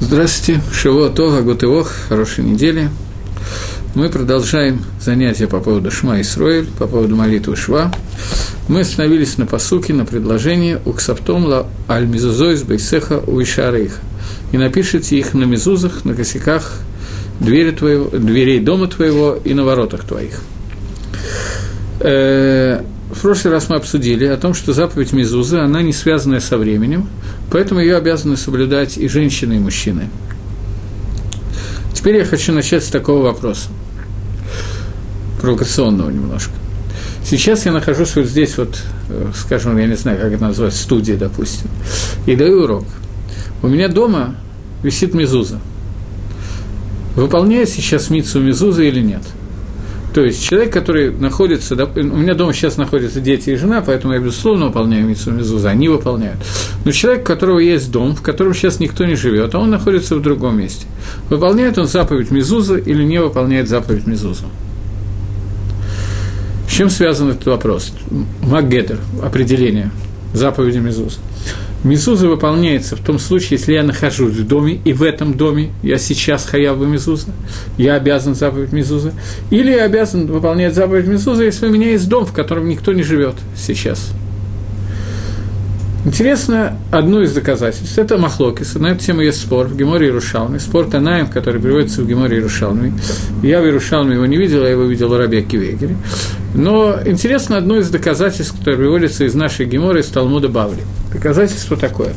Здравствуйте, Шавуа Тов, Агут Ивох, хорошей недели. Мы продолжаем занятия по поводу Шма Исроэль, по поводу молитвы Шва. Мы остановились на пасуке, на предложении «Уксафтом ла аль мизузойс бейсеха уишарейха» и напишите их на мезузах, на косяках дверей дома твоего и на воротах твоих. В прошлый раз мы обсудили о том, что заповедь мезузы, она не связанная со временем, поэтому ее обязаны соблюдать и женщины, и мужчины. Теперь я хочу начать с такого вопроса, провокационного немножко. Сейчас я нахожусь вот здесь, скажем, я не знаю, как это называется, в студии, допустим, и даю урок. У меня дома висит мезуза. Выполняет сейчас мицву мезузы или нет? То есть человек, который находится, у меня дома сейчас находятся дети и жена, поэтому я, безусловно, выполняю мицву мезузы, они выполняют. Но человек, у которого есть дом, в котором сейчас никто не живет, а он находится в другом месте, выполняет он заповедь мезузы или не выполняет заповедь мезузы? С чем связан этот вопрос? Макгедер, определение заповеди мезузы. Мезуза выполняется в том случае, если я нахожусь в доме, и в этом доме я сейчас хаяв бе-мезуза, я обязан заповедь мезузы, или я обязан выполнять заповедь мезузы, если у меня есть дом, в котором никто не живет сейчас. Интересно, одно из доказательств – это махлокис. На эту тему есть спор в Геморе Иерушалме, спор Танаим, который приводится в Геморе Иерушалме. Я в Иерушалме его не видел, я его видел в Раби Акиве Эйгере. Но интересно одно из доказательств, которое приводится из нашей Геморы, из Талмуда Бавли. Доказательство такое.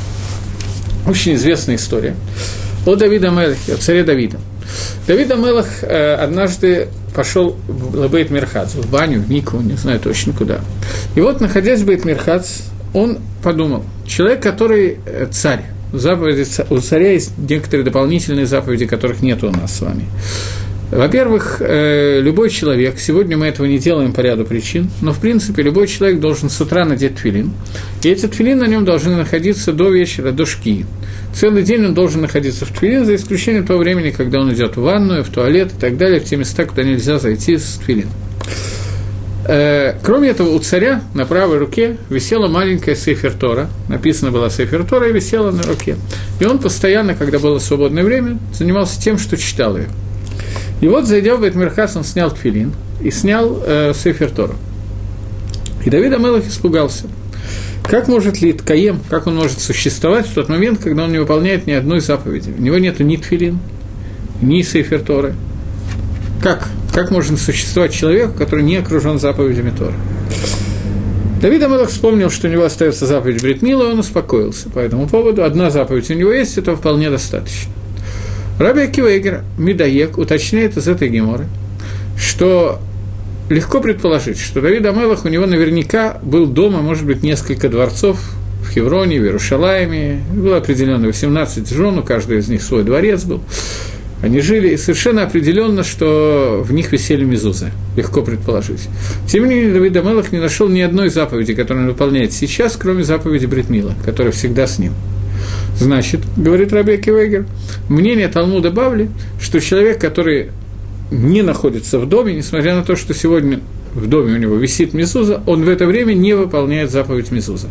Очень известная история о Давиде Амелехе, о царе Давида. Давид Амелех однажды пошел в Бейт Мирхац, в баню, в микву, не знаю точно куда. И вот, находясь в Бейт Мирхац, он подумал, человек, который царь, заповеди, у царя есть некоторые дополнительные заповеди, которых нет у нас с вами. Во-первых, любой человек, сегодня мы этого не делаем по ряду причин, но, в принципе, любой человек должен с утра надеть тфилин, и эти тфилин на нем должны находиться до вечера, до шки. Целый день он должен находиться в тфилин, за исключением того времени, когда он идет в ванную, в туалет и так далее, в те места, куда нельзя зайти с тфилин. Кроме этого, у царя на правой руке висела маленькая Сефер Тора, написано было Сефер Тора и висела на руке. И он постоянно, когда было свободное время, занимался тем, что читал ее. И вот, зайдя в Бейт Мирхац, он снял тфилин и снял Сефер Тору. И Давид Амелех испугался. Как может ли Ткаем, как он может существовать в тот момент, когда он не выполняет ни одной заповеди? У него нет ни тфилин, ни Сефер Торы. Как может существовать человек, который не окружен заповедями Торы? Давид Амелех вспомнил, что у него остается заповедь Брит Мила, и он успокоился по этому поводу. Одна заповедь у него есть, этого вполне достаточно. Раби Акива Эйгер Мидаек уточняет из этой геморы, что легко предположить, что Давид Амелех, у него наверняка был дома, может быть, несколько дворцов в Хевроне, в Иерушалайме, было определенно 18 жен, у каждого из них свой дворец был. Они жили, и совершенно определенно, что в них висели мезузы. Легко предположить. Тем не менее, Давид Амелех не нашел ни одной заповеди, которую он выполняет сейчас, кроме заповеди Брит Мила, которая всегда с ним. Значит, говорит Раби Акива Эйгер, мнение Талмуда Бавли, что человек, который не находится в доме, несмотря на то, что сегодня в доме у него висит мезуза, он в это время не выполняет заповедь мезузы.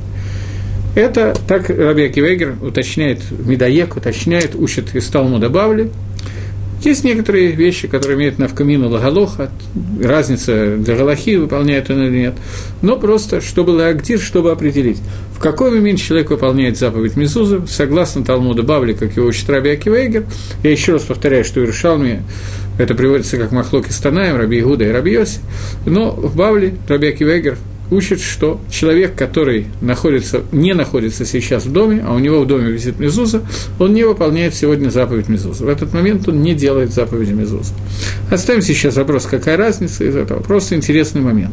Это так Раби Акива Эйгер уточняет, Мидаек уточняет, учит из Талмуда Бавли. Есть некоторые вещи, которые имеют навкамину лагалоха, разница для галахи, выполняет он или нет, но просто, чтобы лагдир, чтобы определить, в какой момент человек выполняет заповедь мезузы, согласно Талмуду Бавли, как его учит Раби Акива Эйгер. Я еще раз повторяю, что в Иерушалме это приводится как махлокис Танаим, Раби Игуда и Раби Йоси, но в Бавли Раби Акива Эйгер учит, что человек, который не находится сейчас в доме, а у него в доме висит мезуза, он не выполняет сегодня заповедь мезузы. В этот момент он не делает заповеди мезузы. Оставим сейчас вопрос, какая разница из этого. Просто интересный момент.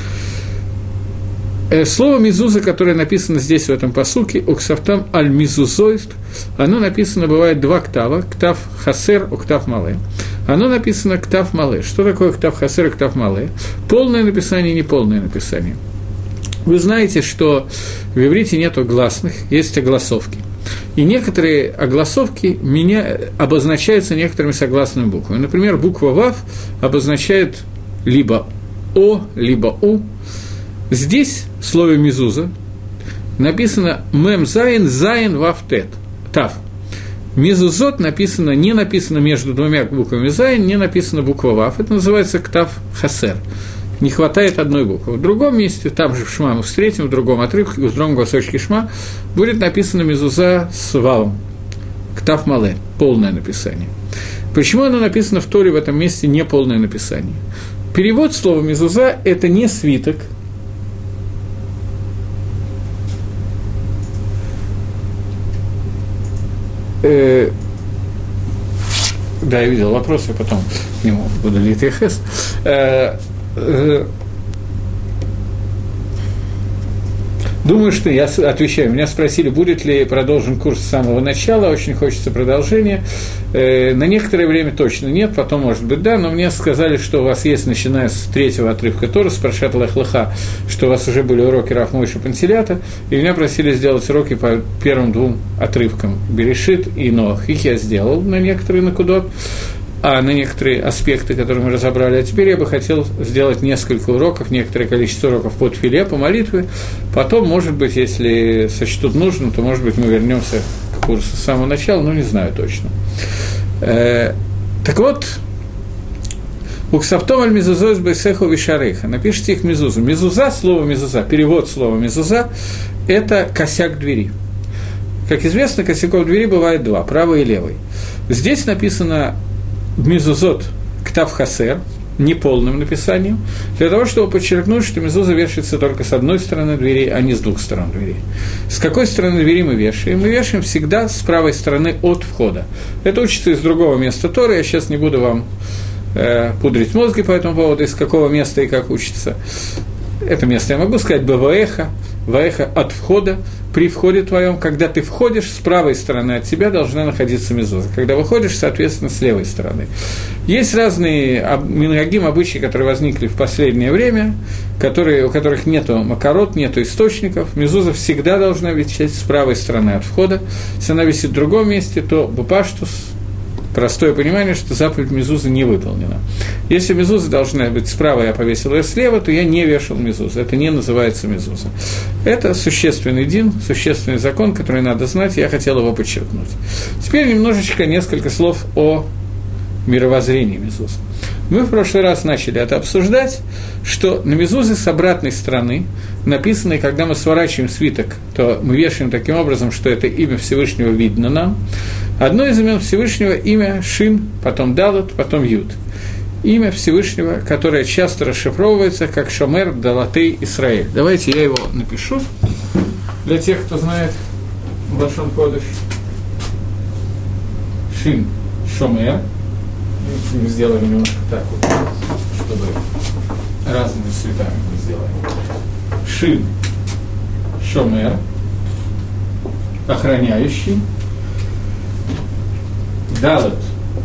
Слово «мезуза», которое написано здесь, в этом пасуке, «уксафтам аль-мезузойст», оно написано, бывает два ктава, ктав хасер, ктав мале. Оно написано ктав мале. Что такое ктав хасер и ктав мале? Полное написание и неполное написание. Вы знаете, что в иврите нету гласных, есть огласовки. И некоторые огласовки обозначаются некоторыми согласными буквами. Например, буква «вав» обозначает либо «о», либо «у». Здесь в слове «мезуза» написано «мем зайн, зайн вав тет», «тав». Мезузот не написано между двумя буквами Зайн, не написана буква Вав. Это называется ктав хасер. Не хватает одной буквы. В другом месте, там же в Шма мы встретим, в другом отрывке, в другом кусочке Шма, будет написано мезуза с Вавом. Ктав мале, полное написание. Почему оно написано в Торе в этом месте не полное написание? Перевод слова мезуза – это не свиток. Да, я видел вопрос, я потом к нему буду литехес. Думаю, что я отвечаю. Меня спросили, будет ли продолжен курс с самого начала, очень хочется продолжения. На некоторое время точно нет, потом, может быть, да, но мне сказали, что у вас есть, начиная с 3-го отрывка Торы, с Паршат Лех Леха, что у вас уже были уроки Рав Мойши Пантелята, и меня просили сделать уроки по первым 2 отрывкам, Берешит и Ноах. Их я сделал на некоторые накудот, а на некоторые аспекты, которые мы разобрали. А теперь я бы хотел сделать несколько уроков, некоторое количество уроков по тфиле, по молитве. Потом, может быть, если сочтут нужным, то, может быть, мы вернемся к курсу с самого начала, но не знаю точно. Так вот, «Уксавтом аль мезузос бейсеху вишарейха». Напишите их мезузу. Мезуза, слово мезуза, перевод слова мезуза – это косяк двери. Как известно, косяков двери бывает 2, правый и левый. Здесь написано мезузот ктав хасер, неполным написанием, для того, чтобы подчеркнуть, что мезуза вешается только с одной стороны двери, а не с 2 сторон двери. С какой стороны двери мы вешаем? Мы вешаем всегда с правой стороны от входа. Это учится из другого места Торы, я сейчас не буду вам пудрить мозги по этому поводу, из какого места и как учится. Это место я могу сказать баваэха, ваэха от входа, при входе твоем, когда ты входишь, с правой стороны от тебя должна находиться мезуза. Когда выходишь, соответственно, с левой стороны. Есть разные мингагим, обычаи, которые возникли в последнее время, у которых нет макарот, нет источников. Мезуза всегда должна висеть с правой стороны от входа. Если она висит в другом месте, то бупаштус, простое понимание, что заповедь мезузы не выполнена. Если мезуза должна быть справа, я повесил ее слева, то я не вешал мезузу. Это не называется мезуза. Это существенный дин, существенный закон, который надо знать, и я хотел его подчеркнуть. Теперь несколько слов о мировоззрении мезузы. Мы в прошлый раз начали это обсуждать, что на мезузе с обратной стороны написано, и когда мы сворачиваем свиток, то мы вешаем таким образом, что это имя Всевышнего видно нам. Одно из имен Всевышнего – имя Шин, потом Далат, потом Юд. Имя Всевышнего, которое часто расшифровывается как Шомер Далатей Исраэль. Давайте я его напишу для тех, кто знает Лашон Кодеш. Шин Шомер. Мы сделаем немножко так вот, чтобы разными цветами мы сделаем. Шин Шомер, охраняющий. Далат,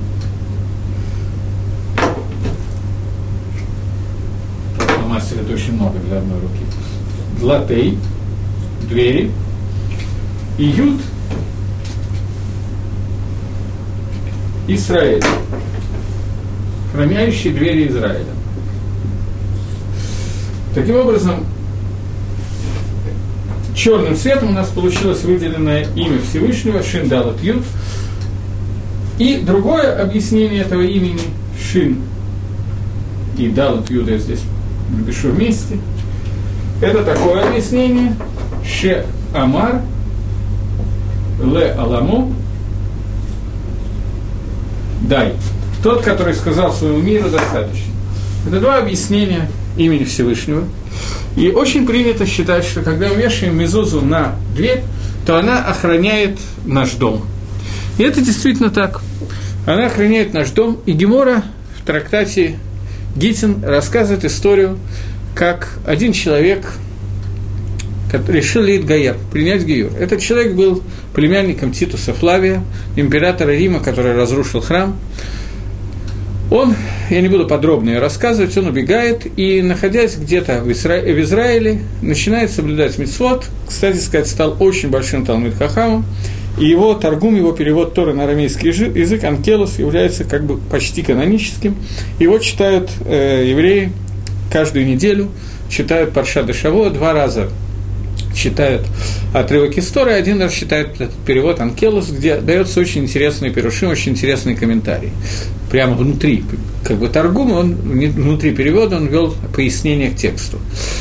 мастер, это очень много для одной руки. Длатей, двери. И Юд, Израиль, храняющий двери Израиля. Таким образом, черным цветом у нас получилось выделенное имя Всевышнего, Шин Далат Юд. И другое объяснение этого имени Шин и Далат Юд я здесь напишу вместе. Это такое объяснение Ше Амар Ле Аламу Дай. Тот, который сказал своему миру, достаточно. Это 2 объяснения имени Всевышнего. И очень принято считать, что когда мы вешаем мезузу на дверь, то она охраняет наш дом. И это действительно так. Она охраняет наш дом. И Гемора в трактате Гитин рассказывает историю, как один человек решил лит гаер, принять гиюр. Этот человек был племянником Титуса Флавия, императора Рима, который разрушил храм. Я не буду подробно ее рассказывать, он убегает и, находясь где-то в Израиле, начинает соблюдать мицвот. Кстати сказать, стал очень большим талмид хахамом. И его таргум, его перевод Торы на арамейский язык, анкелос, является как бы почти каноническим. Его читают евреи каждую неделю, читают Паршат Шавуа 2 раза читают отрывок из Торы, один раз читает этот перевод Анкелус, где дается очень интересный пирушим, очень интересный комментарий. Прямо внутри, как бы Таргума, он внутри перевода, он ввел пояснение к тексту.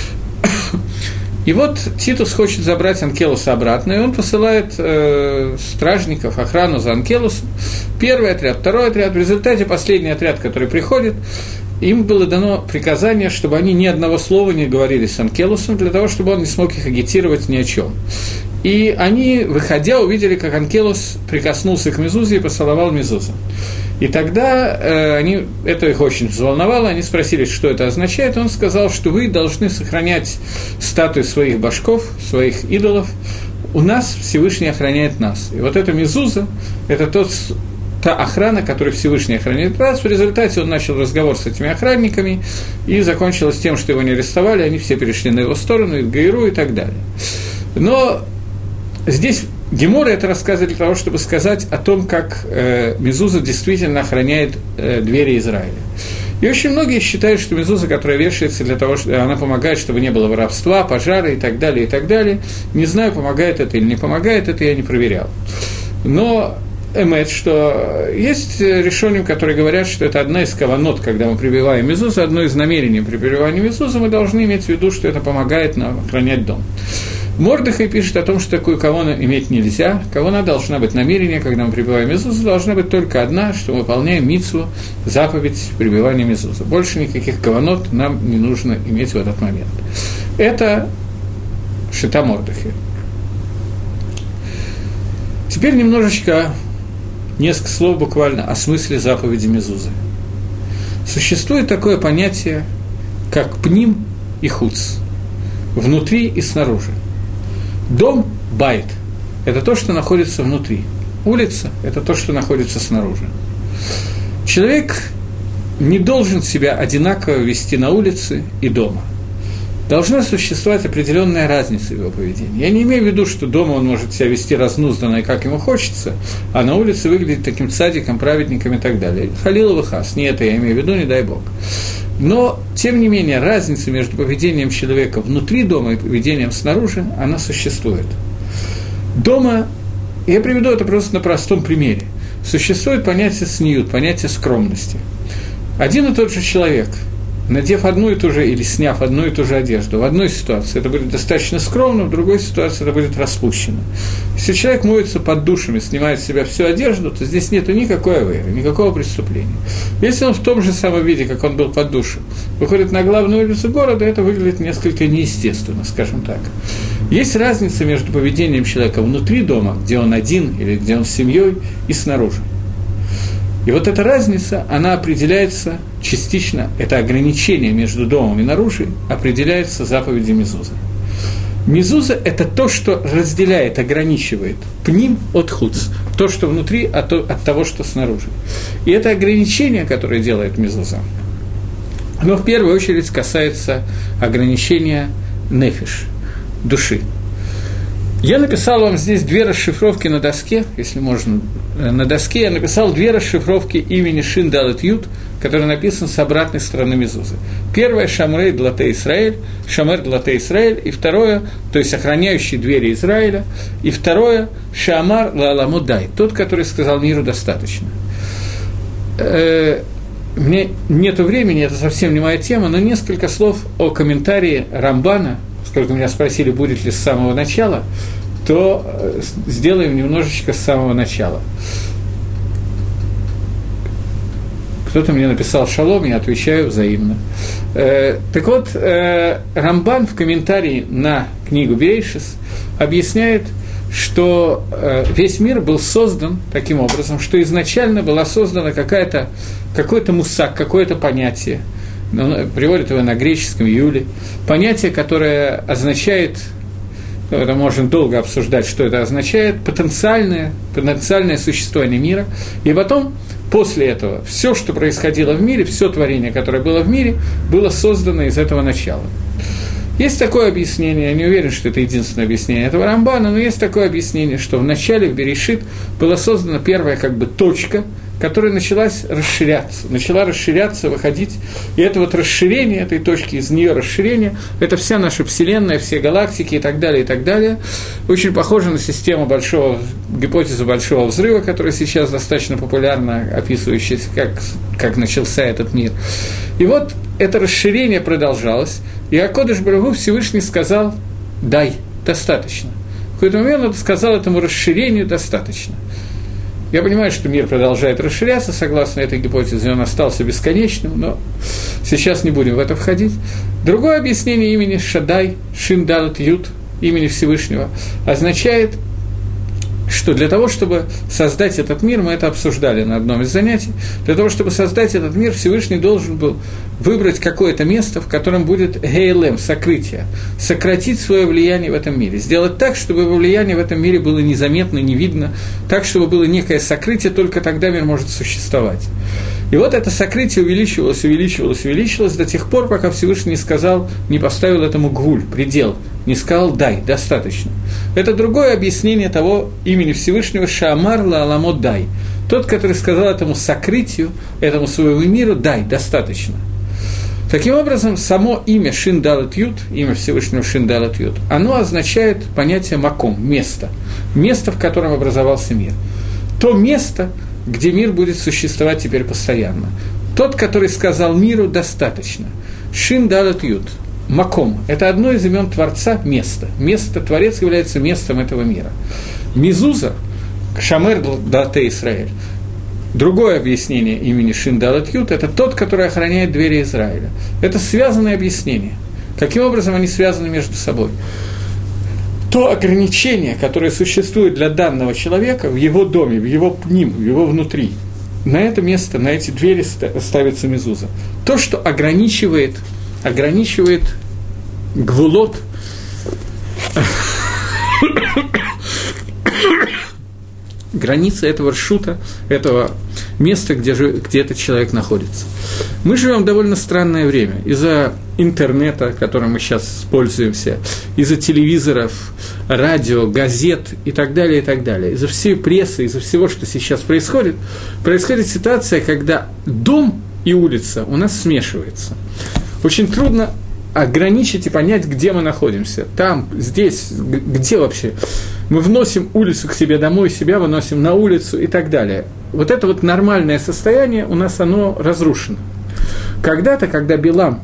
И вот Титус хочет забрать Анкелуса обратно, и он посылает стражников, охрану за Анкелусом. Первый отряд, второй отряд. В результате последний отряд, который приходит, им было дано приказание, чтобы они ни одного слова не говорили с Анкелусом, для того, чтобы он не смог их агитировать ни о чем. И они, выходя, увидели, как Анкелус прикоснулся к Мезузе и поцеловал Мезузу. И тогда это их очень взволновало, они спросили, что это означает, он сказал, что вы должны сохранять статуи своих башков, своих идолов, у нас Всевышний охраняет нас. И вот эта Мезуза, это та охрана, которую Всевышний охраняет нас. В результате он начал разговор с этими охранниками, и закончилось тем, что его не арестовали, они все перешли на его сторону, и в Гаиру и так далее. Но здесь Гемора это рассказывает для того, чтобы сказать о том, как Мезуза действительно охраняет двери Израиля. И очень многие считают, что Мезуза, которая вешается для того, что она помогает, чтобы не было воровства, пожара и так далее, и так далее. Не знаю, помогает это или не помогает, это я не проверял. Но эмет, что есть решением, которые говорят, что это одна из каванот, когда мы прибиваем Мезузу, одно из намерений при прибивании Мезузы, мы должны иметь в виду, что это помогает нам охранять дом. Мордехай пишет о том, что такую кавону иметь нельзя. Кавона должна быть намерение, когда мы прибиваем Мезузу, должна быть только одна, что мы выполняем мицву, заповедь прибивания Мезузы. Больше никаких кавонот нам не нужно иметь в этот момент. Это шита Мордехая. Теперь немножечко, несколько слов буквально о смысле заповеди Мезузы. Существует такое понятие, как пним и хуц, внутри и снаружи. Дом – байт – это то, что находится внутри. Улица – это то, что находится снаружи. Человек не должен себя одинаково вести на улице и дома. Должна существовать определенная разница в его поведении. Я не имею в виду, что дома он может себя вести разнузданно и как ему хочется, а на улице выглядеть таким цадиком, праведником и так далее. Халил вахас, не это я имею в виду, не дай Бог. Но, тем не менее, разница между поведением человека внутри дома и поведением снаружи, она существует. Дома, я приведу это просто на простом примере, существует понятие снiyut, понятие скромности. Один и тот же человек, надев одну и ту же, или сняв одну и ту же одежду, в одной ситуации это будет достаточно скромно, в другой ситуации это будет распущено. Если человек моется под душем и снимает с себя всю одежду, то здесь нет никакой аверы, никакого преступления. Если он в том же самом виде, как он был под душем, выходит на главную улицу города, это выглядит несколько неестественно, скажем так. Есть разница между поведением человека внутри дома, где он один или где он с семьей, и снаружи. И вот эта разница, она определяется частично, это ограничение между домом и наружу, определяется заповедью Мезузы. Мезуза – это то, что разделяет, ограничивает пним от хуц, то, что внутри, от того, что снаружи. И это ограничение, которое делает Мезуза, оно в первую очередь касается ограничения нефиш, души. Я написал вам здесь две расшифровки на доске, если можно, на доске я написал две расшифровки имени Шин Далет Ют, который написан с обратной стороны Мезузы. Первое – Шамрей Длате Исраэль, Шамер Длате Исраэль, и второе, то есть охраняющий двери Израиля, и второе – Шамар Лааламу Дай, тот, который сказал миру достаточно. Мне нету времени, это совсем не моя тема, но несколько слов о комментарии Рамбана. Поскольку меня спросили, будет ли с самого начала, то сделаем немножечко с самого начала. Кто-то мне написал «шалом», я отвечаю взаимно. Так вот, Рамбан в комментарии на книгу Берешис объясняет, что весь мир был создан таким образом, что изначально была создана какой-то мусак, какое-то понятие, приводит его на греческом «юли», понятие, которое означает, это можно долго обсуждать, что это означает, потенциальное существование мира, и потом, после этого, все, что происходило в мире, все творение, которое было в мире, было создано из этого начала. Есть такое объяснение, я не уверен, что это единственное объяснение этого Рамбана, но есть такое объяснение, что в начале, в Берешит, была создана первая точка, которая начала расширяться, выходить. И это вот расширение этой точки, из нее расширение, это вся наша Вселенная, все галактики и так далее, очень похоже на систему гипотезу Большого Взрыва, которая сейчас достаточно популярна, описывающая, как начался этот мир. И вот это расширение продолжалось, и Акодыш Барух Ху Всевышний сказал: «Дай, достаточно». В какой-то момент он сказал этому расширению: «Достаточно». Я понимаю, что мир продолжает расширяться, согласно этой гипотезе, он остался бесконечным, но сейчас не будем в это входить. Другое объяснение имени Шадай, Шин Далет Ют, имени Всевышнего, означает, что для того, чтобы создать этот мир, мы это обсуждали на одном из занятий, для того, чтобы создать этот мир, Всевышний должен был выбрать какое-то место, в котором будет гейлем, сокрытие, сократить свое влияние в этом мире, сделать так, чтобы его влияние в этом мире было незаметно, не видно, так, чтобы было некое сокрытие, только тогда мир может существовать. И вот это сокрытие увеличивалось до тех пор, пока Всевышний не сказал, не поставил этому гвуль, предел, не сказал «дай», достаточно. Это другое объяснение того имени Всевышнего «Шаамар ла аламот дай», тот, который сказал этому сокрытию, этому своему миру «дай», достаточно. Таким образом, само имя Шин Далет Ют, имя Всевышнего Шин Далет Ют, оно означает понятие маком, место, в котором образовался мир. То место, где мир будет существовать теперь постоянно. Тот, который сказал миру «достаточно». Шин Далет Ют, маком, это одно из имен Творца, место. Творец является местом этого мира. Мезуза, Шамер Дате Исраэль. Другое объяснение имени Шин Далет Ют – это тот, который охраняет двери Израиля. Это связанные объяснения. Каким образом они связаны между собой? То ограничение, которое существует для данного человека в его доме, в его пним, в его внутри, на это место, на эти двери ставится мезуза. То, что ограничивает гвулот, границы этого ршута, этого места, где этот человек находится. Мы живем в довольно странное время. Из-за интернета, которым мы сейчас пользуемся, из-за телевизоров, радио, газет и так далее, из-за всей прессы, из-за всего, что сейчас происходит ситуация, когда дом и улица у нас смешиваются. Очень трудно ограничить и понять, где мы находимся. Там, здесь, где вообще. Мы вносим улицу к себе домой, себя выносим на улицу и так далее. Вот это вот нормальное состояние у нас, оно разрушено. Когда-то, когда Билам,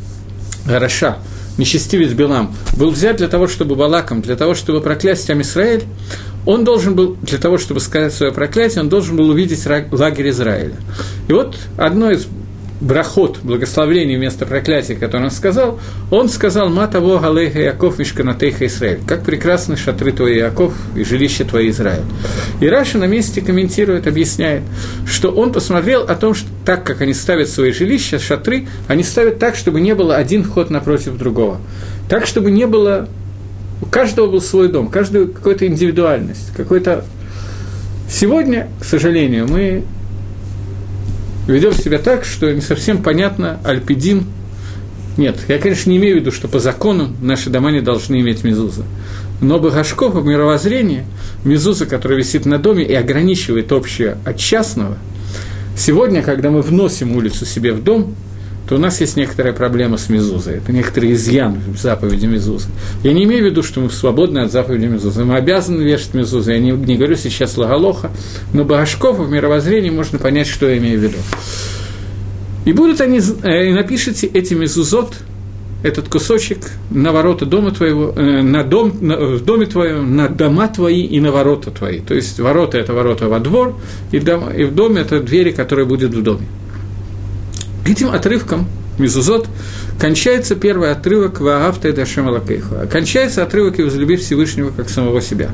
Раша, нечестивец Билам, был взят для того, чтобы Балаком, для того, чтобы проклясть Ам-Исраэль, он должен был, для того, чтобы сказать свое проклятие, он должен был увидеть лагерь Израиля. И вот одно из брахот, благословений вместо проклятия, которое он сказал «Матаво галейха Яков мишканатейха Исраэль», как прекрасны шатры твои, Яков, и жилище твои, Израиль. И Раши на месте комментирует, объясняет, что он посмотрел о том, что так, как они ставят свои жилища, шатры, они ставят так, чтобы не было один вход напротив другого. Так, чтобы не было... У каждого был свой дом, каждого какая-то индивидуальность, какой-то... Сегодня, к сожалению, мы ведем себя так, что не совсем понятно альпидин. Нет, я, конечно, не имею в виду, что по закону наши дома не должны иметь мезуза. Но Багашков, в мировоззрении, мезуза, которая висит на доме и ограничивает общее от частного, сегодня, когда мы вносим улицу себе в дом, то у нас есть некоторая проблема с мезузой. Это некоторый изъян в заповеди мезузы. Я не имею в виду, что мы свободны от заповеди мезузы. Мы обязаны вешать мезузу. Я не говорю сейчас лагалоха, но Багашков в мировоззрении можно понять, что я имею в виду. И будут они, напишите эти мезузот, этот кусочек на ворота дома твоего, в доме твоем, на дома твои и на ворота твои. То есть ворота – это ворота во двор, и в доме – это двери, которые будут в доме. Этим отрывком мезузот кончается первый отрывок «Ваагавта эт Ашем Элокейха». Кончается отрывок «И возлюби Всевышнего, как самого себя».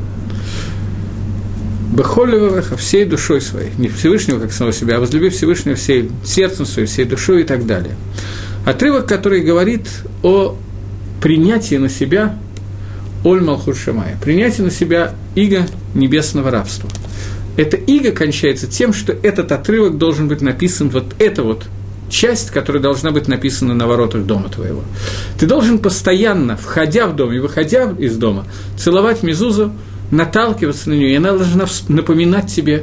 «Бехолевеха» всей душой своей. Не Всевышнего, как самого себя, а возлюби Всевышнего всей сердцем своим, всей душой и так далее. Отрывок, который говорит о принятии на себя Оль Малхут Шамая, принятии на себя иго небесного рабства. Это иго кончается тем, что этот отрывок должен быть написан, вот это вот, часть, которая должна быть написана на воротах дома твоего. Ты должен постоянно, входя в дом и выходя из дома, целовать мезузу, наталкиваться на нее, и она должна напоминать тебе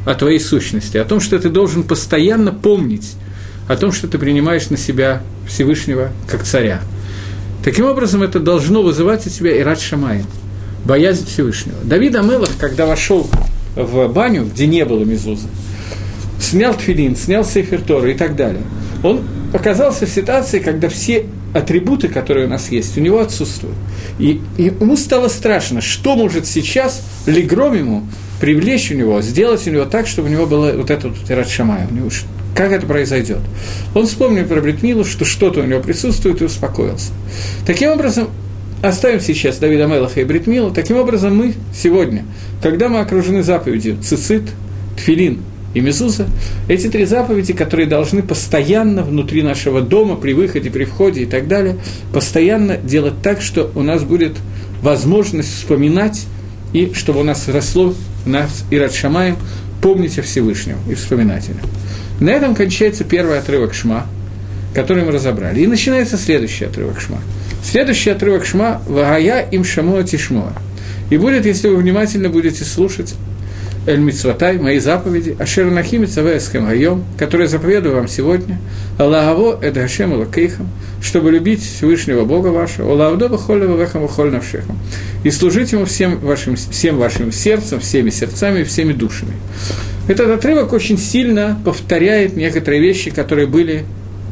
о твоей сущности, о том, что ты должен постоянно помнить о том, что ты принимаешь на себя Всевышнего как царя. Таким образом, это должно вызывать у тебя ират шамаим, боязнь Всевышнего. Давид а-Мелах, когда вошел в баню, где не было мезузы, снял тфилин, снял сефер Торы и так далее, он оказался в ситуации, когда все атрибуты, которые у нас есть, у него отсутствуют. И ему стало страшно, что может сейчас лигром ему привлечь у него, сделать у него так, чтобы у него было вот этот ират шамаим. Как это произойдет? Он вспомнил про Брит Милу, что что-то у него присутствует, и успокоился. Таким образом, оставим сейчас Давида а-Мелаха и Брит Милу. Таким образом, мы сегодня, когда мы окружены заповедью цицит, тфилин и мезуза, эти три заповеди, которые должны постоянно внутри нашего дома, при выходе, при входе и так далее, постоянно делать так, что у нас будет возможность вспоминать, и чтобы у нас росло в нас ират шамаим, помнить о Всевышнем и вспоминать о нем. На этом кончается первый отрывок Шма, который мы разобрали. И начинается следующий отрывок Шма. Следующий отрывок Шма «Вагая им шамуа тишмуа». И будет, если вы внимательно будете слушать «Эль мицватай», мои заповеди, «Ашер нахи мицавэ эсхэм гайом», которые заповедую вам сегодня, «Аллагаво эд гашем элокейхам», чтобы любить Всевышнего Бога вашего, «Олавдо бахоль вэхэм вэхоль навшехам», и служить Ему всем вашим сердцем, всеми сердцами и всеми душами. Этот отрывок очень сильно повторяет некоторые вещи, которые были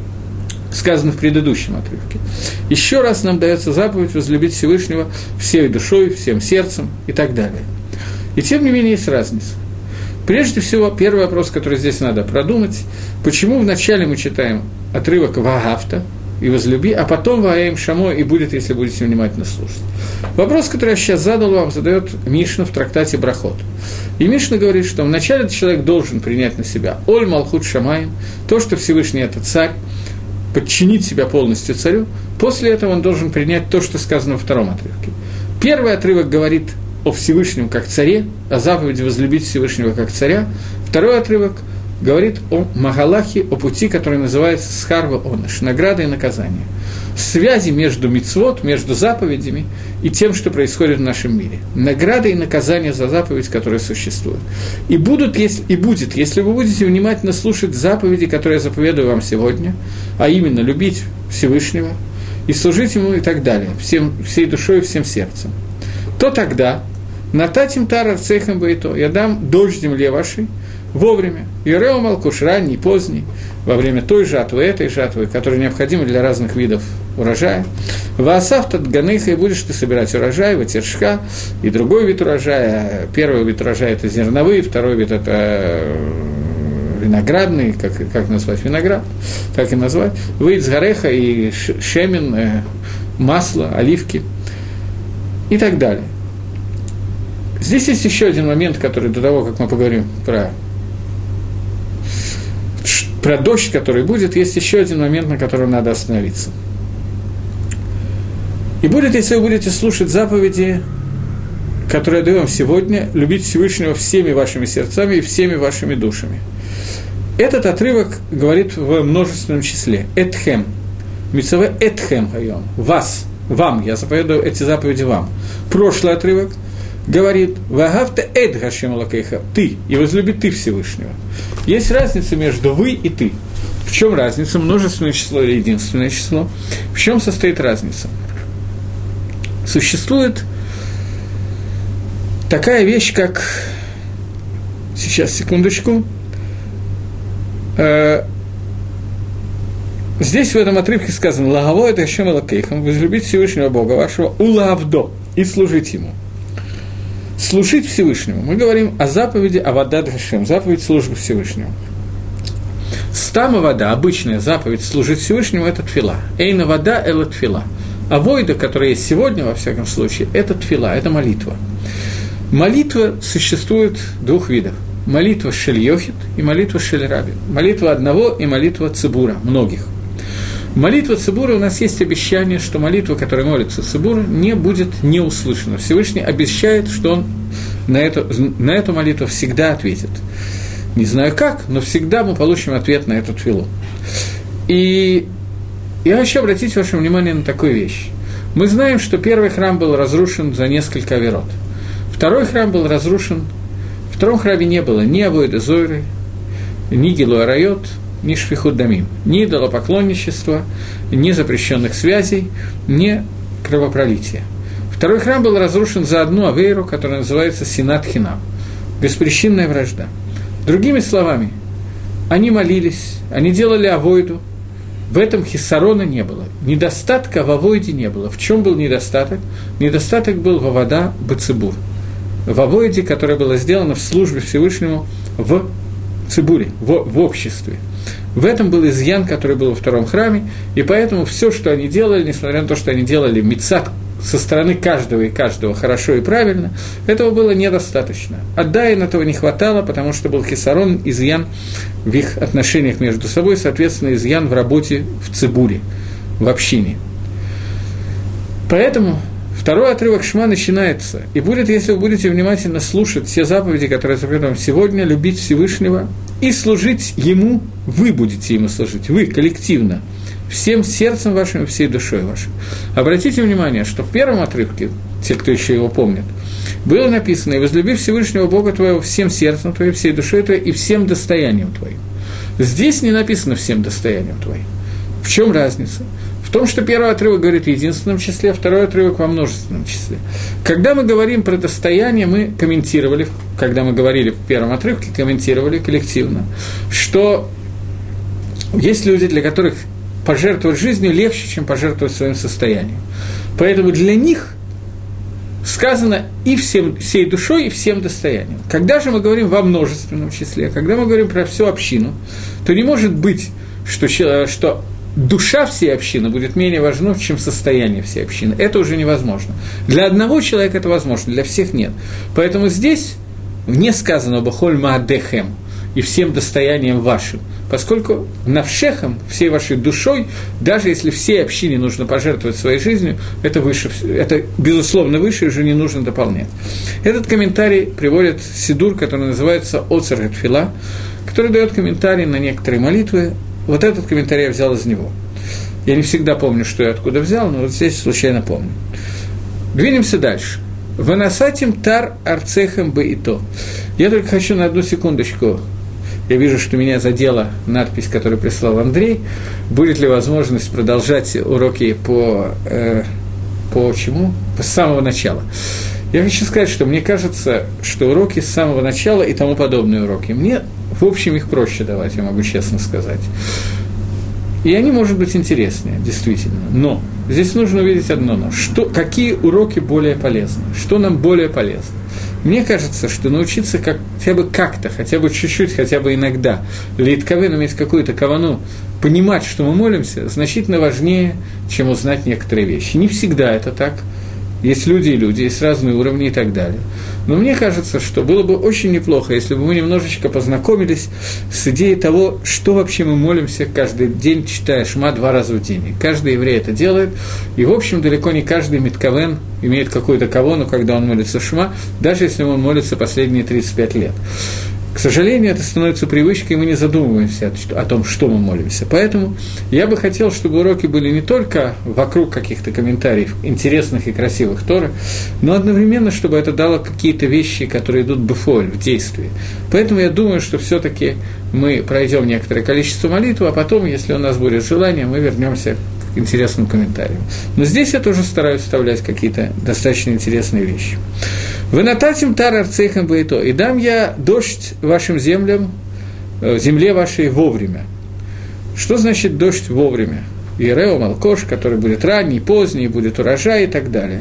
сказаны в предыдущем отрывке. Еще раз нам дается заповедь возлюбить Всевышнего всей душой, всем сердцем и так далее. И тем не менее есть разница. Прежде всего, первый вопрос, который здесь надо продумать, почему вначале мы читаем отрывок «Вагафта» и «возлюби», а потом «Вагаим шамо» и будет, если будете внимательно слушать. Вопрос, который я сейчас задал вам, задает Мишна в трактате Брахот. И Мишна говорит, что вначале человек должен принять на себя «Оль малхут шамаим», то, что Всевышний – это царь, подчинить себя полностью царю. После этого он должен принять то, что сказано во втором отрывке. Первый отрывок говорит о Всевышнем как царе, о заповеди возлюбить Всевышнего как царя. Второй отрывок говорит о Магалахе, о пути, который называется Схарва Оныш, награда и наказание. Связи между мицвот, между заповедями и тем, что происходит в нашем мире. Награда и наказание за заповедь, которая существует. И будет, если вы будете внимательно слушать заповеди, которые я заповедую вам сегодня, а именно любить Всевышнего и служить Ему и так далее, всей душой и всем сердцем, то тогда «Нататим тар арцейхам баито» я дам дождь земле вашей вовремя. Юрео малкуш, ранний, поздний, во время той жатвы, этой жатвы, которая необходима для разных видов урожая. Ваасафтат ганыха, и будешь ты собирать урожай, ватершка, и другой вид урожая. Первый вид урожая – это зерновые, второй вид – это виноградный, как назвать виноград, так и назвать. Выйд с гореха и шемен, масло, оливки и так далее. Здесь есть еще один момент, который до того, как мы поговорим про дождь, который будет, есть еще один момент, на котором надо остановиться. И будет, если вы будете слушать заповеди, которые я даю вам сегодня, любить Всевышнего всеми вашими сердцами и всеми вашими душами. Этот отрывок говорит в множественном числе. Этхем. Мицаве этхем хайом. Вас. Вам. Я заповедую эти заповеди вам. Прошлый отрывок говорит «Вагавта эд гашем лакейха» – «ты», и возлюби ты Всевышнего. Есть разница между «вы» и «ты». В чем разница? Множественное число или единственное число? В чем состоит разница? Существует такая вещь, как... Сейчас, секундочку. Здесь в этом отрывке сказано «Лагаво эд гашем лакейха» – возлюбить Всевышнего Бога вашего «Улавдо» и служить Ему. Служить Всевышнему. Мы говорим о заповеди Авадат Гашем, заповедь службы Всевышнему. Стама вода, обычная заповедь служить Всевышнему, это тфила. Эйна вода, эла тфила. А войда, которая есть сегодня, во всяком случае, это тфила, это молитва. Молитва существует двух видов. Молитва шель-йохид и молитва шель-раби. Молитва одного и молитва цибура, многих. Молитва цибура, у нас есть обещание, что молитва, которая молится цибура, не будет не услышана. Всевышний обещает, что он на эту молитву всегда ответит. Не знаю как, но всегда мы получим ответ на эту тфилу. И я хочу обратить ваше внимание на такую вещь. Мы знаем, что первый храм был разрушен за несколько аверот. Второй храм был разрушен в втором храме не было ни авойда зойры, ни гилуа райот, ни шфихут дамим, ни идолопоклонничества, ни запрещенных связей, ни кровопролития. Второй храм был разрушен за одну авейру, которая называется синат хинам, беспричинная вражда. Другими словами, они молились, они делали авойду, в этом хиссарона не было, недостатка в авойде не было. В чем был недостаток? Недостаток был в авода бацибур, в авойде, которая была сделана в службе Всевышнему в цибуре, в обществе. В этом был изъян, который был во втором храме, и поэтому все, что они делали, несмотря на то, что они делали мицат со стороны каждого и каждого хорошо и правильно, этого было недостаточно. Аддаин этого не хватало, потому что был хисарон, изъян в их отношениях между собой, соответственно, изъян в работе в цибуре, в общине. Поэтому второй отрывок Шма начинается, и будет, если вы будете внимательно слушать все заповеди, которые я вам сегодня, любить Всевышнего и служить Ему, вы будете Ему служить, вы коллективно, всем сердцем вашим и всей душой вашей. Обратите внимание, что в первом отрывке, те, кто еще его помнит, было написано: «И возлюби Всевышнего Бога твоего всем сердцем твоим, всей душой твоей и всем достоянием твоим». Здесь не написано «всем достоянием твоим». В чем разница? В том, что первый отрывок говорит в единственном числе, второй отрывок во множественном числе. Когда мы говорим про достояние, мы комментировали, когда мы говорили в первом отрывке, комментировали коллективно, что есть люди, для которых пожертвовать жизнью легче, чем пожертвовать своим состоянием. Поэтому для них сказано и всей душой, и всем достоянием. Когда же мы говорим во множественном числе, когда мы говорим про всю общину, то не может быть, что душа всей общины будет менее важна, чем состояние всей общины. Это уже невозможно. Для одного человека это возможно, для всех нет. Поэтому здесь не сказано «бахоль маадехем» и всем достоянием вашим, поскольку навшехом, всей вашей душой, даже если всей общине нужно пожертвовать своей жизнью, это выше, это безусловно выше, и уже не нужно дополнять. Этот комментарий приводит Сидур, который называется «Оцер гатфила», который дает комментарий на некоторые молитвы. Вот этот комментарий я взял из него. Я не всегда помню, что я откуда взял, но вот здесь случайно помню. Двинемся дальше. «Ванасатим тар арцехем баито». Я только хочу на одну секундочку. Я вижу, что меня задела надпись, которую прислал Андрей. Будет ли возможность продолжать уроки по чему? С самого начала. Я хочу сказать, что мне кажется, что уроки с самого начала и тому подобные уроки, мне, в общем, их проще давать, я могу честно сказать. И они, может быть, интереснее, действительно. Но здесь нужно увидеть одно «но». Какие уроки более полезны? Что нам более полезно? Мне кажется, что научиться хотя бы как-то, хотя бы чуть-чуть, хотя бы иногда, лейтковен иметь какую-то кавану, понимать, что мы молимся, значительно важнее, чем узнать некоторые вещи. Не всегда это так. Есть люди и люди, есть разные уровни и так далее. Но мне кажется, что было бы очень неплохо, если бы мы немножечко познакомились с идеей того, что вообще мы молимся каждый день, читая Шма 2 раза в день. И каждый еврей это делает, и, в общем, далеко не каждый митковен имеет какую-то кавону, когда он молится Шма, даже если он молится последние 35 лет. К сожалению, это становится привычкой, и мы не задумываемся о том, что мы молимся. Поэтому я бы хотел, чтобы уроки были не только вокруг каких-то комментариев интересных и красивых Торы, но одновременно, чтобы это дало какие-то вещи, которые идут бефоль, в действии. Поэтому я думаю, что все-таки мы пройдем некоторое количество молитв, а потом, если у нас будет желание, мы вернемся к интересным комментариям. Но здесь я тоже стараюсь вставлять какие-то достаточно интересные вещи. «Вы нататим тар арцейхам баито, и дам я дождь вашим землям, земле вашей вовремя». Что значит дождь вовремя? Иерео, Малкош, который будет ранний, поздний, будет урожай и так далее.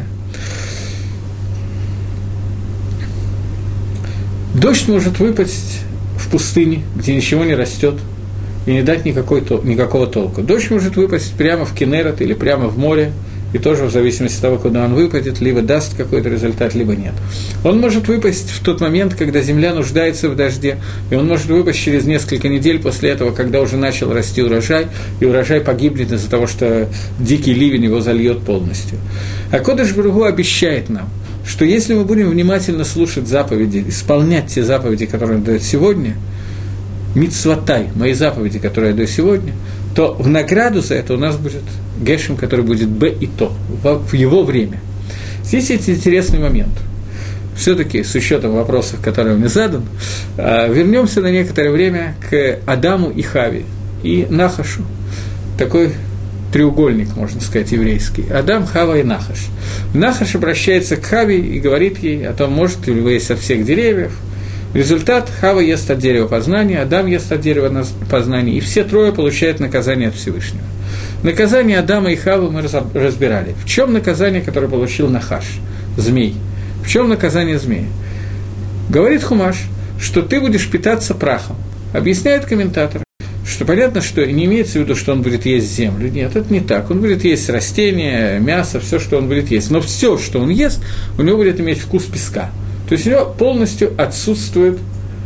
Дождь может выпасть в пустыне, где ничего не растет, и не дать никакого толку. Дождь может выпасть прямо в Кенерет или прямо в море, и тоже в зависимости от того, куда он выпадет, либо даст какой-то результат, либо нет. Он может выпасть в тот момент, когда земля нуждается в дожде, и он может выпасть через несколько недель после этого, когда уже начал расти урожай, и урожай погибнет из-за того, что дикий ливень его зальет полностью. А Кодеш Барух Ху обещает нам, что если мы будем внимательно слушать заповеди, исполнять те заповеди, которые он дает сегодня, мицватай, мои заповеди, которые я даю сегодня, то в награду за это у нас будет гешем, который будет б и то, в его время. Здесь есть интересный момент. все-таки с учетом вопросов, которые мне задан, вернемся на некоторое время к Адаму и Хаве, и Нахашу. Такой треугольник, можно сказать, еврейский. Адам, Хава и Нахаш. Нахаш обращается к Хаве и говорит ей о том, может ли вы есть от всех деревьев. Результат: Хава ест от дерева познания, Адам ест от дерева познания, и все трое получают наказание от Всевышнего. Наказание Адама и Хавы мы разбирали. В чем наказание, которое получил Нахаш, змей? В чем наказание змея? Говорит Хумаш, что ты будешь питаться прахом. Объясняет комментатор, что понятно, что не имеется в виду, что он будет есть землю. Нет, это не так. Он будет есть растения, мясо, все, что он будет есть. Но все, что он ест, у него будет иметь вкус песка. То есть у него полностью отсутствует...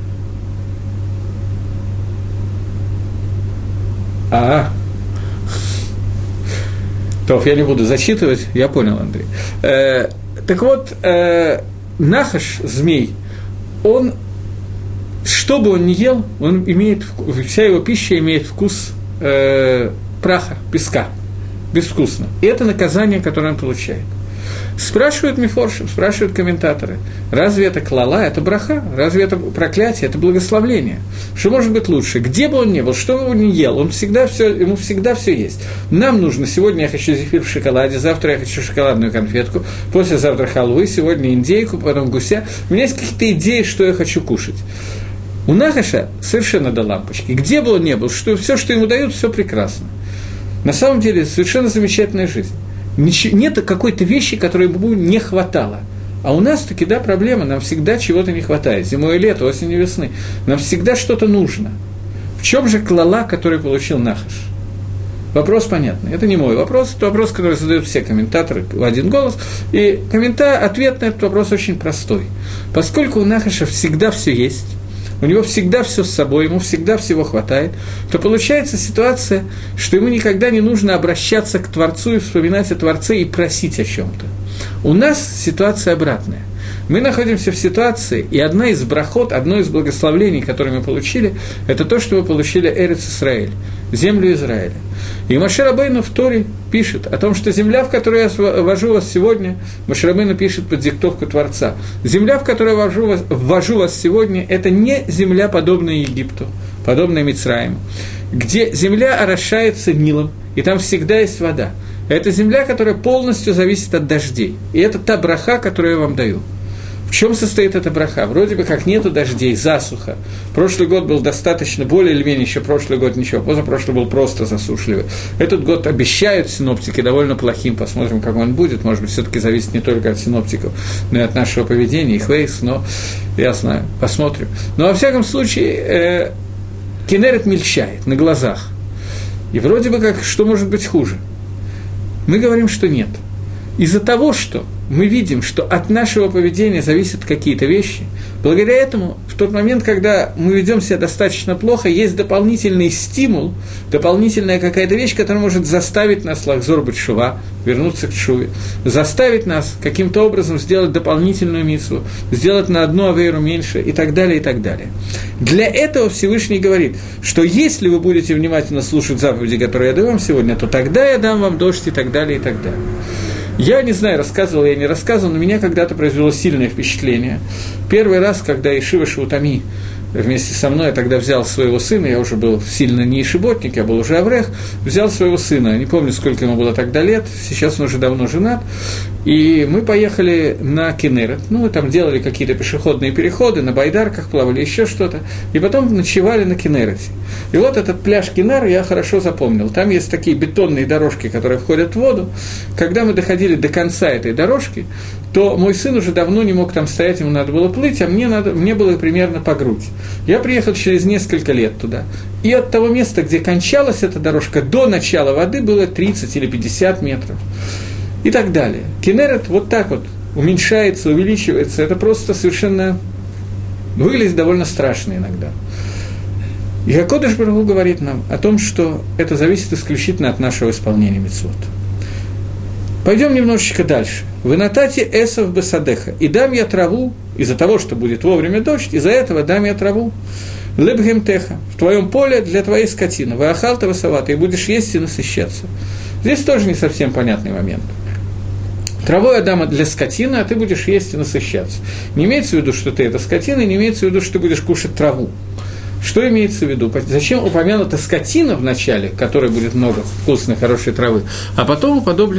То, я не буду зачитывать, я понял, Андрей. Так вот, Нахаш, змей, он, что бы он ни ел, он имеет, вся его пища имеет вкус праха, песка, безвкусно. И это наказание, которое он получает. Спрашивают мифоршим, спрашивают комментаторы, разве это клала, это браха, разве это проклятие, это благословление? Что может быть лучше? Где бы он ни был, что бы он ни ел, ему всегда все есть. Нам нужно, сегодня я хочу зефир в шоколаде, завтра я хочу шоколадную конфетку, послезавтра халвы, сегодня индейку, потом гуся. У меня есть какие-то идеи, что я хочу кушать. У Нахаша совершенно до лампочки. Где бы он ни был, все, что ему дают, все прекрасно. На самом деле, совершенно замечательная жизнь. Нет какой-то вещи, которой бы не хватало. А у нас таки, да, проблема, нам всегда чего-то не хватает. Зимой и лето, осенью и весны. Нам всегда что-то нужно. В чем же клала, который получил Нахаш? Вопрос понятный. Это не мой вопрос, это вопрос, который задают все комментаторы в один голос. И ответ на этот вопрос очень простой. Поскольку у Нахаша всегда все есть, у него всегда все с собой, ему всегда всего хватает, то получается ситуация, что ему никогда не нужно обращаться к Творцу и вспоминать о Творце и просить о чем-то. У нас ситуация обратная. Мы находимся в ситуации, и одна из брахот, одно из благословений, которые мы получили, это то, что мы получили Эрец Исраэль, землю Израиля. И Моше Рабейну в Торе пишет о том, что земля, в которую я ввожу вас сегодня, Моше Рабейну пишет под диктовку Творца, земля, в которую я ввожу вас сегодня, это не земля, подобная Египту, подобная Мицраиму, где земля орошается Нилом, и там всегда есть вода. Это земля, которая полностью зависит от дождей. И это та браха, которую я вам даю. В чем состоит эта браха? Вроде бы как нету дождей, засуха. Прошлый год был достаточно, более или менее, еще прошлый год ничего, позапрошлый был просто засушливый. Этот год обещают синоптики довольно плохим, посмотрим, как он будет. Может быть, все-таки зависит не только от синоптиков, но и от нашего поведения, их вейс, но я знаю, посмотрим. Но во всяком случае, Кинерет мельчает на глазах. И вроде бы как, что может быть хуже? Мы говорим, что нет. Из-за того, что мы видим, что от нашего поведения зависят какие-то вещи, благодаря этому, в тот момент, когда мы ведем себя достаточно плохо, есть дополнительный стимул, дополнительная какая-то вещь, которая может заставить нас, лахзор бет-шува, вернуться к шуве, заставить нас каким-то образом сделать дополнительную мицву, сделать на одну авейру меньше и так далее, и так далее. Для этого Всевышний говорит, что если вы будете внимательно слушать заповеди, которые я даю вам сегодня, то тогда я дам вам дождь и так далее, и так далее. Я не знаю, рассказывал я, не рассказывал, но меня когда-то произвело сильное впечатление. Первый раз, когда Ешива Шаутами вместе со мной, я тогда взял своего сына, я уже был сильно не ешиботник, я был уже аврех, взял своего сына, не помню, сколько ему было тогда лет, сейчас он уже давно женат, и мы поехали на Кинерет, мы там делали какие-то пешеходные переходы, на байдарках плавали, еще что-то, и потом ночевали на Кинерете. И вот этот пляж Кинар я хорошо запомнил, там есть такие бетонные дорожки, которые входят в воду. Когда мы доходили до конца этой дорожки, то мой сын уже давно не мог там стоять, ему надо было плыть, а мне было примерно по грудь. Я приехал через несколько лет туда, и от того места, где кончалась эта дорожка, до начала воды было 30 или 50 метров. И так далее. Кинерет вот так вот уменьшается, увеличивается, это просто совершенно выглядит довольно страшно иногда. И ха-Кодеш Барух Ху говорит нам о том, что это зависит исключительно от нашего исполнения мицвот. Пойдем немножечко дальше. «Вы натати эсов бесадеха, и дам я траву, из-за того, что будет вовремя дождь, из-за этого дам я траву, лебгем теха, в твоем поле для твоей скотины, вы ахалта васавата, и будешь есть и насыщаться». Здесь тоже не совсем понятный момент. Травой Адама для скотины, а ты будешь есть и насыщаться. Не имеется в виду, что ты это скотина, не имеется в виду, что ты будешь кушать траву. Что имеется в виду? Зачем упомянута скотина в начале, в которой будет много вкусной, хорошей травы, а потом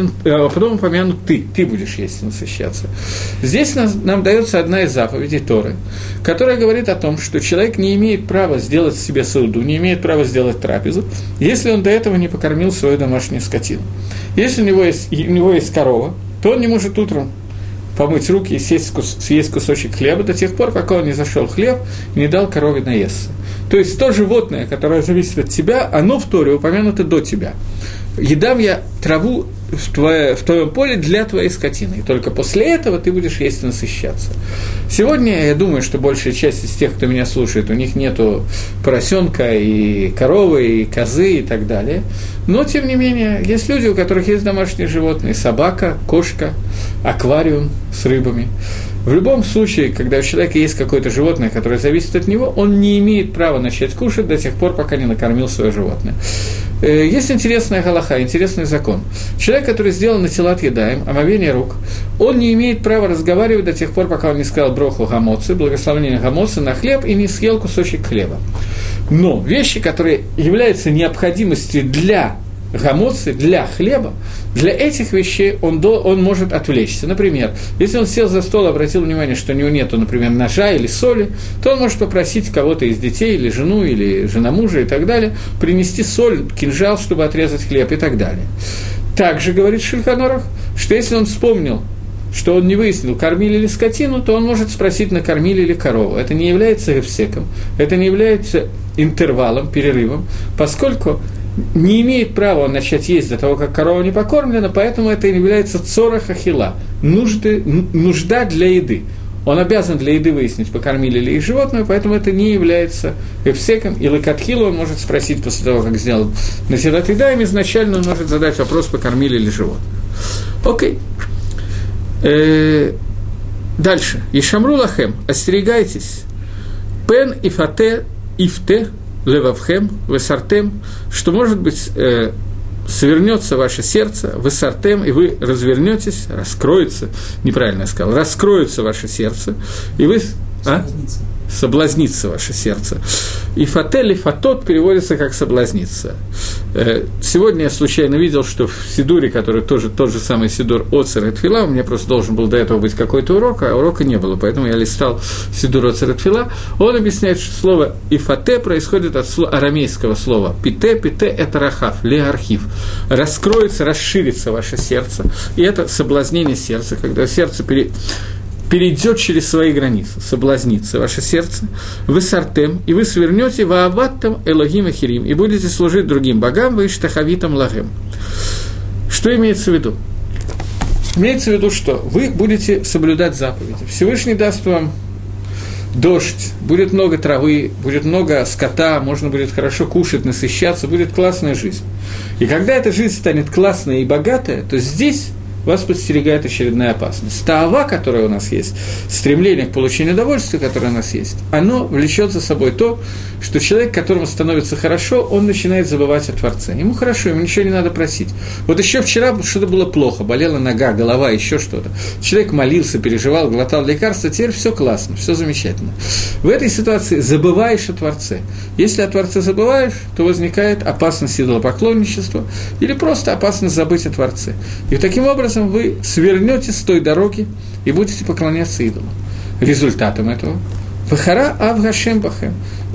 упомянут ты будешь есть и насыщаться. Здесь нам дается одна из заповедей Торы, которая говорит о том, что человек не имеет права сделать себе сауду, не имеет права сделать трапезу, если он до этого не покормил свою домашнюю скотину. Если у него есть корова, то он не может утром помыть руки и съесть кусочек хлеба до тех пор, пока он не зашел хлеб и не дал корове наесться. То есть то животное, которое зависит от тебя, оно в Торе упомянуто до тебя. «Едам я траву в твоем поле для твоей скотины, и только после этого ты будешь есть и насыщаться». Сегодня я думаю, что большая часть из тех, кто меня слушает, у них нету поросенка и коровы, и козы и так далее. Но, тем не менее, есть люди, у которых есть домашние животные, собака, кошка, аквариум с рыбами. В любом случае, когда у человека есть какое-то животное, которое зависит от него, он не имеет права начать кушать до тех пор, пока не накормил свое животное. Есть интересная галаха, интересный закон. Человек, который сделал натилат едаем, омовение рук, он не имеет права разговаривать до тех пор, пока он не сказал броху гамоцы, благословение гамоцы на хлеб и не съел кусочек хлеба. Но вещи, которые являются необходимостью для гамоцы, для хлеба, для этих вещей он может отвлечься. Например, если он сел за стол и обратил внимание, что у него нету, например, ножа или соли, то он может попросить кого-то из детей, или жену, или жена мужа и так далее, принести соль, кинжал, чтобы отрезать хлеб и так далее. Также говорит Шульхан Арух, что если он вспомнил, что он не выяснил, кормили ли скотину, то он может спросить, накормили ли корову. Это не является гефсеком, это не является интервалом, перерывом, поскольку не имеет права он начать есть до того, как корова не покормлена, поэтому это является цорах ахила, нужда для еды. Он обязан для еды выяснить, покормили ли их животное, поэтому это не является эфсеком. И лакатхилу он может спросить после того, как сделал натилат едаем, изначально он может задать вопрос, покормили ли животное. Окей. Дальше. Ишамру лахем, остерегайтесь. Пен ифате ифте левавхем весартем, что, может быть, свернется ваше сердце, весартем, и вы развернетесь, раскроется, неправильно я сказал, раскроется ваше сердце, и вы... Соблазнится ваше сердце. И фатель, и фатот переводится как соблазниться. Сегодня я случайно видел, что в Сидуре, который тоже тот же самый Сидур Оцер и Тфила, у меня просто должен был до этого быть какой-то урок, а урока не было, поэтому я листал Сидур Оцер и Тфила. Он объясняет, что слово «ифате» происходит от арамейского слова «пите», «пите» – это рахав, леархив. Раскроется, расширится ваше сердце. И это соблазнение сердца, когда сердце перейдет через свои границы, соблазнится ваше сердце, вы сартем, и вы свернете вааваттам элогим ахирим, и будете служить другим богам, вы иштахавитам лагем. Что имеется в виду? Имеется в виду, что вы будете соблюдать заповеди. Всевышний даст вам дождь, будет много травы, будет много скота, можно будет хорошо кушать, насыщаться, будет классная жизнь. И когда эта жизнь станет классная и богатая, то здесь вас подстерегает очередная опасность. Таава, которая у нас есть, стремление к получению удовольствия, которое у нас есть, оно влечет за собой то, что человек, которому становится хорошо, он начинает забывать о Творце. Ему хорошо, ему ничего не надо просить. Вот еще вчера что-то было плохо, болела нога, голова, еще что-то. Человек молился, переживал, глотал лекарства, теперь все классно, все замечательно. В этой ситуации забываешь о Творце. Если о Творце забываешь, то возникает опасность идолопоклонничества или просто опасность забыть о Творце. И таким образом вы свернете с той дороги и будете поклоняться идолам. Результатом этого «Вахара авгашем бахем»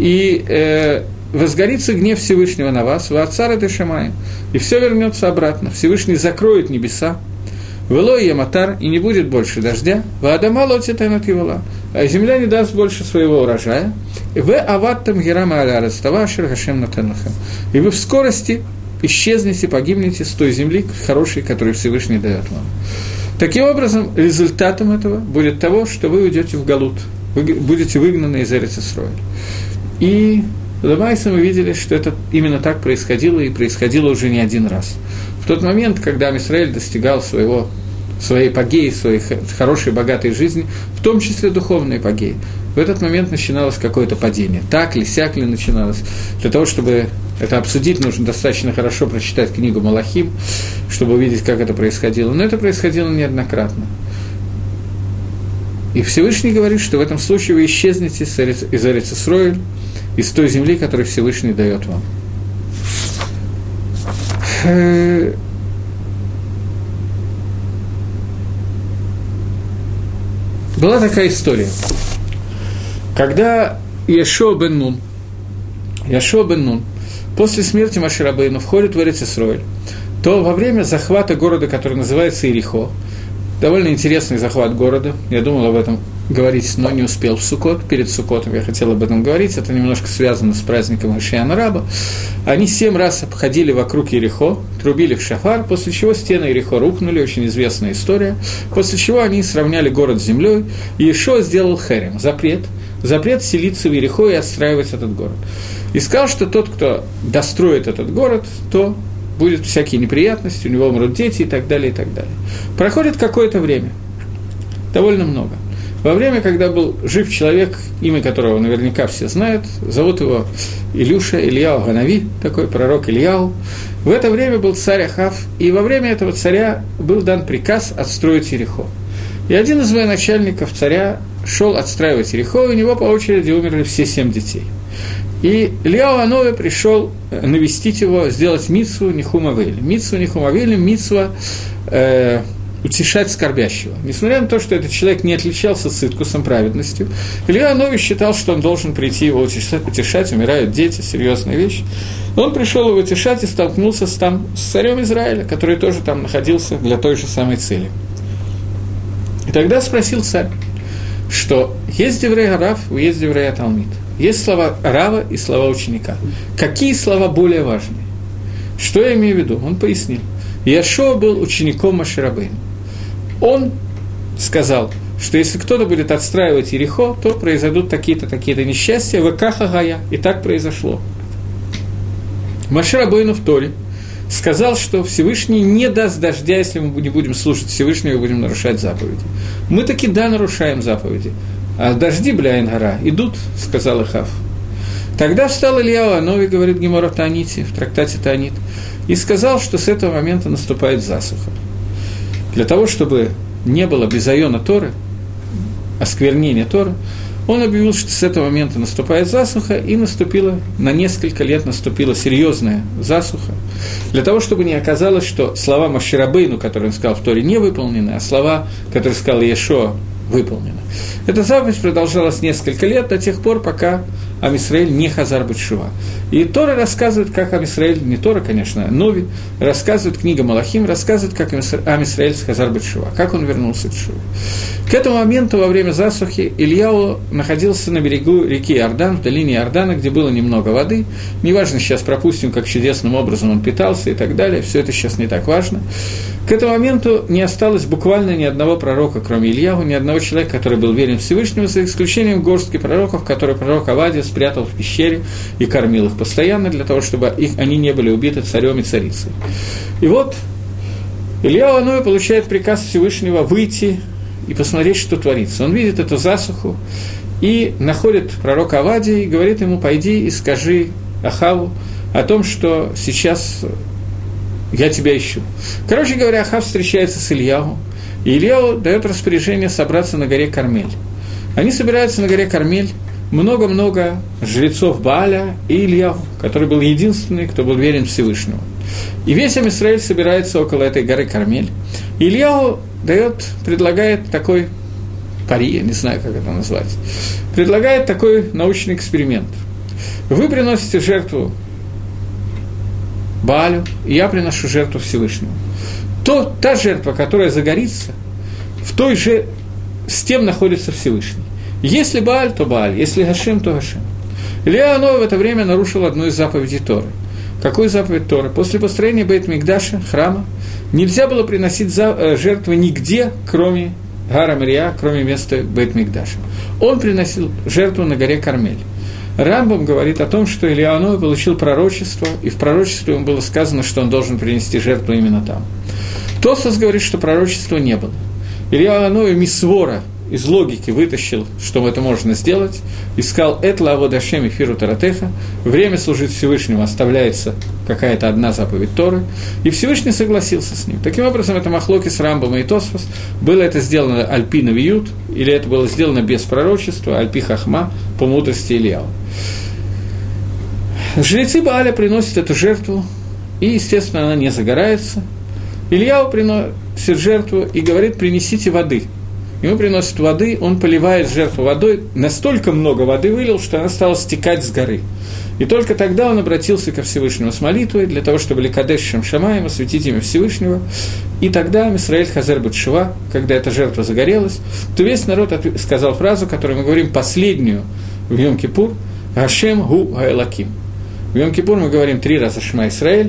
и возгорится гнев Всевышнего на вас, «Ваацара дешамаем», и все вернется обратно. Всевышний закроет небеса, «Вело яматар», и не будет больше дождя, «Ваадама лотитанат евала», а земля не даст больше своего урожая, «Ве аваттам герама аля раставашер гашем натанахем», и вы в скорости исчезнете, погибнете с той земли хорошей, которую Всевышний дает вам. Таким образом, результатом этого будет того, что вы уйдете в галут, вы будете выгнаны из Эрец-Исроэль. И в Ламайсе мы видели, что это именно так происходило, и происходило уже не один раз. В тот момент, когда Исраэль достигал своей эпогеи, своей хорошей, богатой жизни, в том числе духовной эпогеи, в этот момент начиналось какое-то падение. Так ли, сяк ли начиналось. Для того, чтобы это обсудить, нужно достаточно хорошо прочитать книгу Малахим, чтобы увидеть, как это происходило. Но это происходило неоднократно. И Всевышний говорит, что в этом случае вы исчезнете из Эрец-Исроэль, из той земли, которую Всевышний дает вам. Была такая история, когда Йошуа бен Нун, после смерти Моше Рабейну входит в Эрец-Исроэль, то во время захвата города, который называется Иерихо, довольно интересный захват города, я думал об этом говорить, но не успел в Суккот, перед Суккотом я хотел об этом говорить, это немножко связано с праздником Ишияна Раба. Они 7 раз обходили вокруг Иерихо, трубили в шафар, после чего стены Иерихо рухнули, очень известная история, после чего они сравняли город с землей, и Йошуа сделал херем, запрет селиться в Иерихо и отстраивать этот город. И сказал, что тот, кто достроит этот город, то будут всякие неприятности, у него умрут дети и так далее, и так далее. Проходит какое-то время, довольно много. Во время, когда был жив человек, имя которого наверняка все знают, зовут его Илюша, Ильяу Ганави, такой пророк Ильяу. В это время был царь Ахав, и во время этого царя был дан приказ отстроить Иерихо. И один из военачальников царя шел отстраивать Иерихо, и у него по очереди умерли все 7 детей. И Ильяу Анове пришел навестить его, сделать мицву Нихум Авейли. Мицва утешать скорбящего. Несмотря на то, что этот человек не отличался цидкусом, праведностью, Илья Анови считал, что он должен прийти его утешать, умирают дети, серьезная вещь. Он пришел его утешать и столкнулся с царем Израиля, который тоже там находился для той же самой цели. И тогда спросил царь, что есть Деврей Рав, есть Деврей Талмид. Есть слова Рава и слова ученика. Какие слова более важные? Что я имею в виду? Он пояснил. Йошуа был учеником Моше Рабейну. Он сказал, что если кто-то будет отстраивать Иерихо, то произойдут такие-то, такие-то несчастья, векаха гая, и так произошло. Моше Рабейну в Торе сказал, что Всевышний не даст дождя, если мы не будем слушать Всевышнего и будем нарушать заповеди. Мы таки нарушаем заповеди, а дожди, бля-ин-гара, идут, сказал Ахав. Тогда встал Ильяу Анови, говорит Гемора Тааните, в трактате Таанит, и сказал, что с этого момента наступает засуха. Для того, чтобы не было безайона Торы, осквернения Торы, он объявил, что с этого момента наступает засуха, и на несколько лет наступила серьезная засуха, для того, чтобы не оказалось, что слова Моше Рабейну, которые он сказал в Торе, не выполнены, а слова, которые сказал Йошуа, выполнены. Эта заповедь продолжалась несколько лет, до тех пор, пока Ам Исраэль не хазар бет-шува. И Тора рассказывает, как Ам Исраэль, не Тора, конечно, а Нови, рассказывает, книга Малахим рассказывает, как Ам Исраэль хазар бет-шува, как он вернулся к шуве. К этому моменту, во время засухи, Ильяу находился на берегу реки Иордан, в долине Иордана, где было немного воды. Неважно, сейчас пропустим, как чудесным образом он питался и так далее, все это сейчас не так важно. К этому моменту не осталось буквально ни одного пророка, кроме Ильяу, ни одного человека, который был верен Всевышнему, за исключением горстки пророков, которые пророк Авадия спрятал в пещере и кормил их постоянно, для того, чтобы они не были убиты царем и царицей. И вот Ильяу Анови получает приказ Всевышнего выйти и посмотреть, что творится. Он видит эту засуху и находит пророка Авадия и говорит ему: «Пойди и скажи Ахаву о том, что сейчас я тебя ищу». Короче говоря, Ахав встречается с Ильяу, и Ильяу дает распоряжение собраться на горе Кармель. Они собираются на горе Кармель, много-много жрецов Бааля и Ильяу, который был единственный, кто был верен Всевышнему. И весь Ам Исраэль собирается около этой горы Кармель. И Ильяу предлагает такой пари, я не знаю, как это назвать, предлагает такой научный эксперимент. Вы приносите жертву Баалю, и я приношу жертву Всевышнему. Та жертва, которая загорится, с тем находится Всевышний. Если Бааль, то Бааль, если Гашем, то Гашем. Илья Анови в это время нарушил одну из заповедей Торы. Какую заповедь Торы? После построения Бейт-Микдаша, храма, нельзя было приносить жертвы нигде, кроме Гара Мирья, кроме места Бейт-Микдаша. Он приносил жертву на горе Кармель. Рамбам говорит о том, что Илья Анови получил пророчество, и в пророчестве ему было сказано, что он должен принести жертву именно там. Тосфос говорит, что пророчества не было. Илья Анови мисвора из логики вытащил, что это можно сделать, и сказал: «Этла аводашем эфиру таратеха», время служить Всевышнему оставляется какая-то одна заповедь Торы, и Всевышний согласился с ним. Таким образом, это махлоки с Рамбом и Тосфос. Было это сделано альпи навиют, или это было сделано без пророчества, альпи хахма, по мудрости Ильяу. Жрецы Бааля приносят эту жертву, и, естественно, она не загорается. Ильяу приносит жертву и говорит: «Принесите воды». Ему приносят воды, он поливает жертву водой, настолько много воды вылил, что она стала стекать с горы. И только тогда он обратился ко Всевышнему с молитвой, для того, чтобы Ликадеш Шем Шамаем, осветить имя Всевышнего. И тогда Исраэль Хазер бет Шува, когда эта жертва загорелась, то весь народ сказал фразу, которую мы говорим последнюю в Йом-Кипур: «Гашем гу гаэлаким». В Йом-Кипур мы говорим 3 раза Шма Исраэль,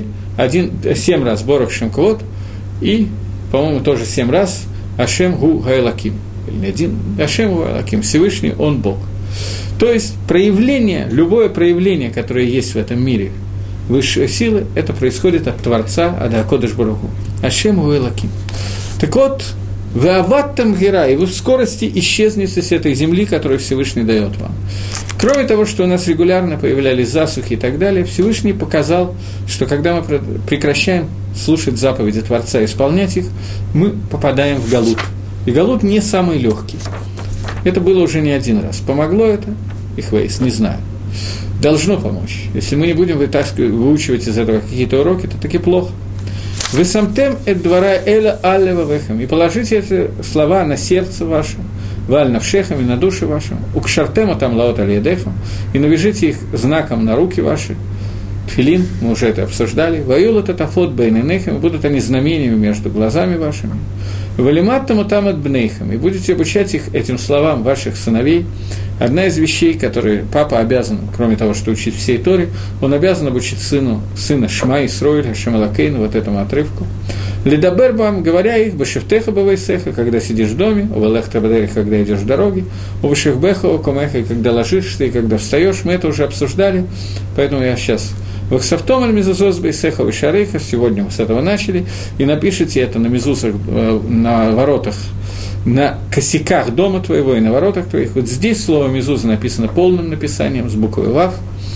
7 раз Борух Шем Квод, и, по-моему, тоже 7 раз Ашем гу гаэлаким. Или один Ашем гу гаэлаким, Всевышний, Он Бог. То есть проявление, любое проявление, которое есть в этом мире, высшей силы, это происходит от Творца, от Акодеш Барух Ху. Ашем гу гаэлаким. Так вот, вы аваттам гера, и вы в скорости исчезнете с этой земли, которую Всевышний дает вам. Кроме того, что у нас регулярно появлялись засухи и так далее, Всевышний показал, что когда мы прекращаем слушать заповеди Творца и исполнять их, мы попадаем в галут. И галут не самый легкий. Это было уже не один раз. Помогло это? Ихвейс, не знаю. Должно помочь. Если мы не будем выучивать из этого какие-то уроки, то таки плохо. «Вы самтем эт двара эля аллева вехам» и положите эти слова на сердце ваше, валь навшехам и на душу вашу, укшартема там лаот аль-ядехам, и навяжите их знаком на руки ваши, тфилин, мы уже это обсуждали, ваюла татафот бейненехам, и будут они знамениями между глазами вашими, валиматтаму там от бнейхам, и будете обучать их этим словам ваших сыновей. Одна из вещей, которые папа обязан, кроме того, что учить всей Торе, он обязан обучить сына Шма Исроэль, Хашем Элокейну, вот этому отрывку. Лидабер бам, говоря их, башевтеха бавайсеха, когда сидишь в доме, увалехта бадерих, когда идешь в дороге, увашехбеха, окомеха, когда ложишься и когда встаешь, мы это уже обсуждали, поэтому я сейчас... Вахсавтом аль-мизузос бейсеха вишарейха, сегодня мы с этого начали, и напишите это на мизузах, на воротах, на косяках дома твоего и на воротах твоих. Вот здесь слово «мизуза» написано полным написанием, с буквой «вав»,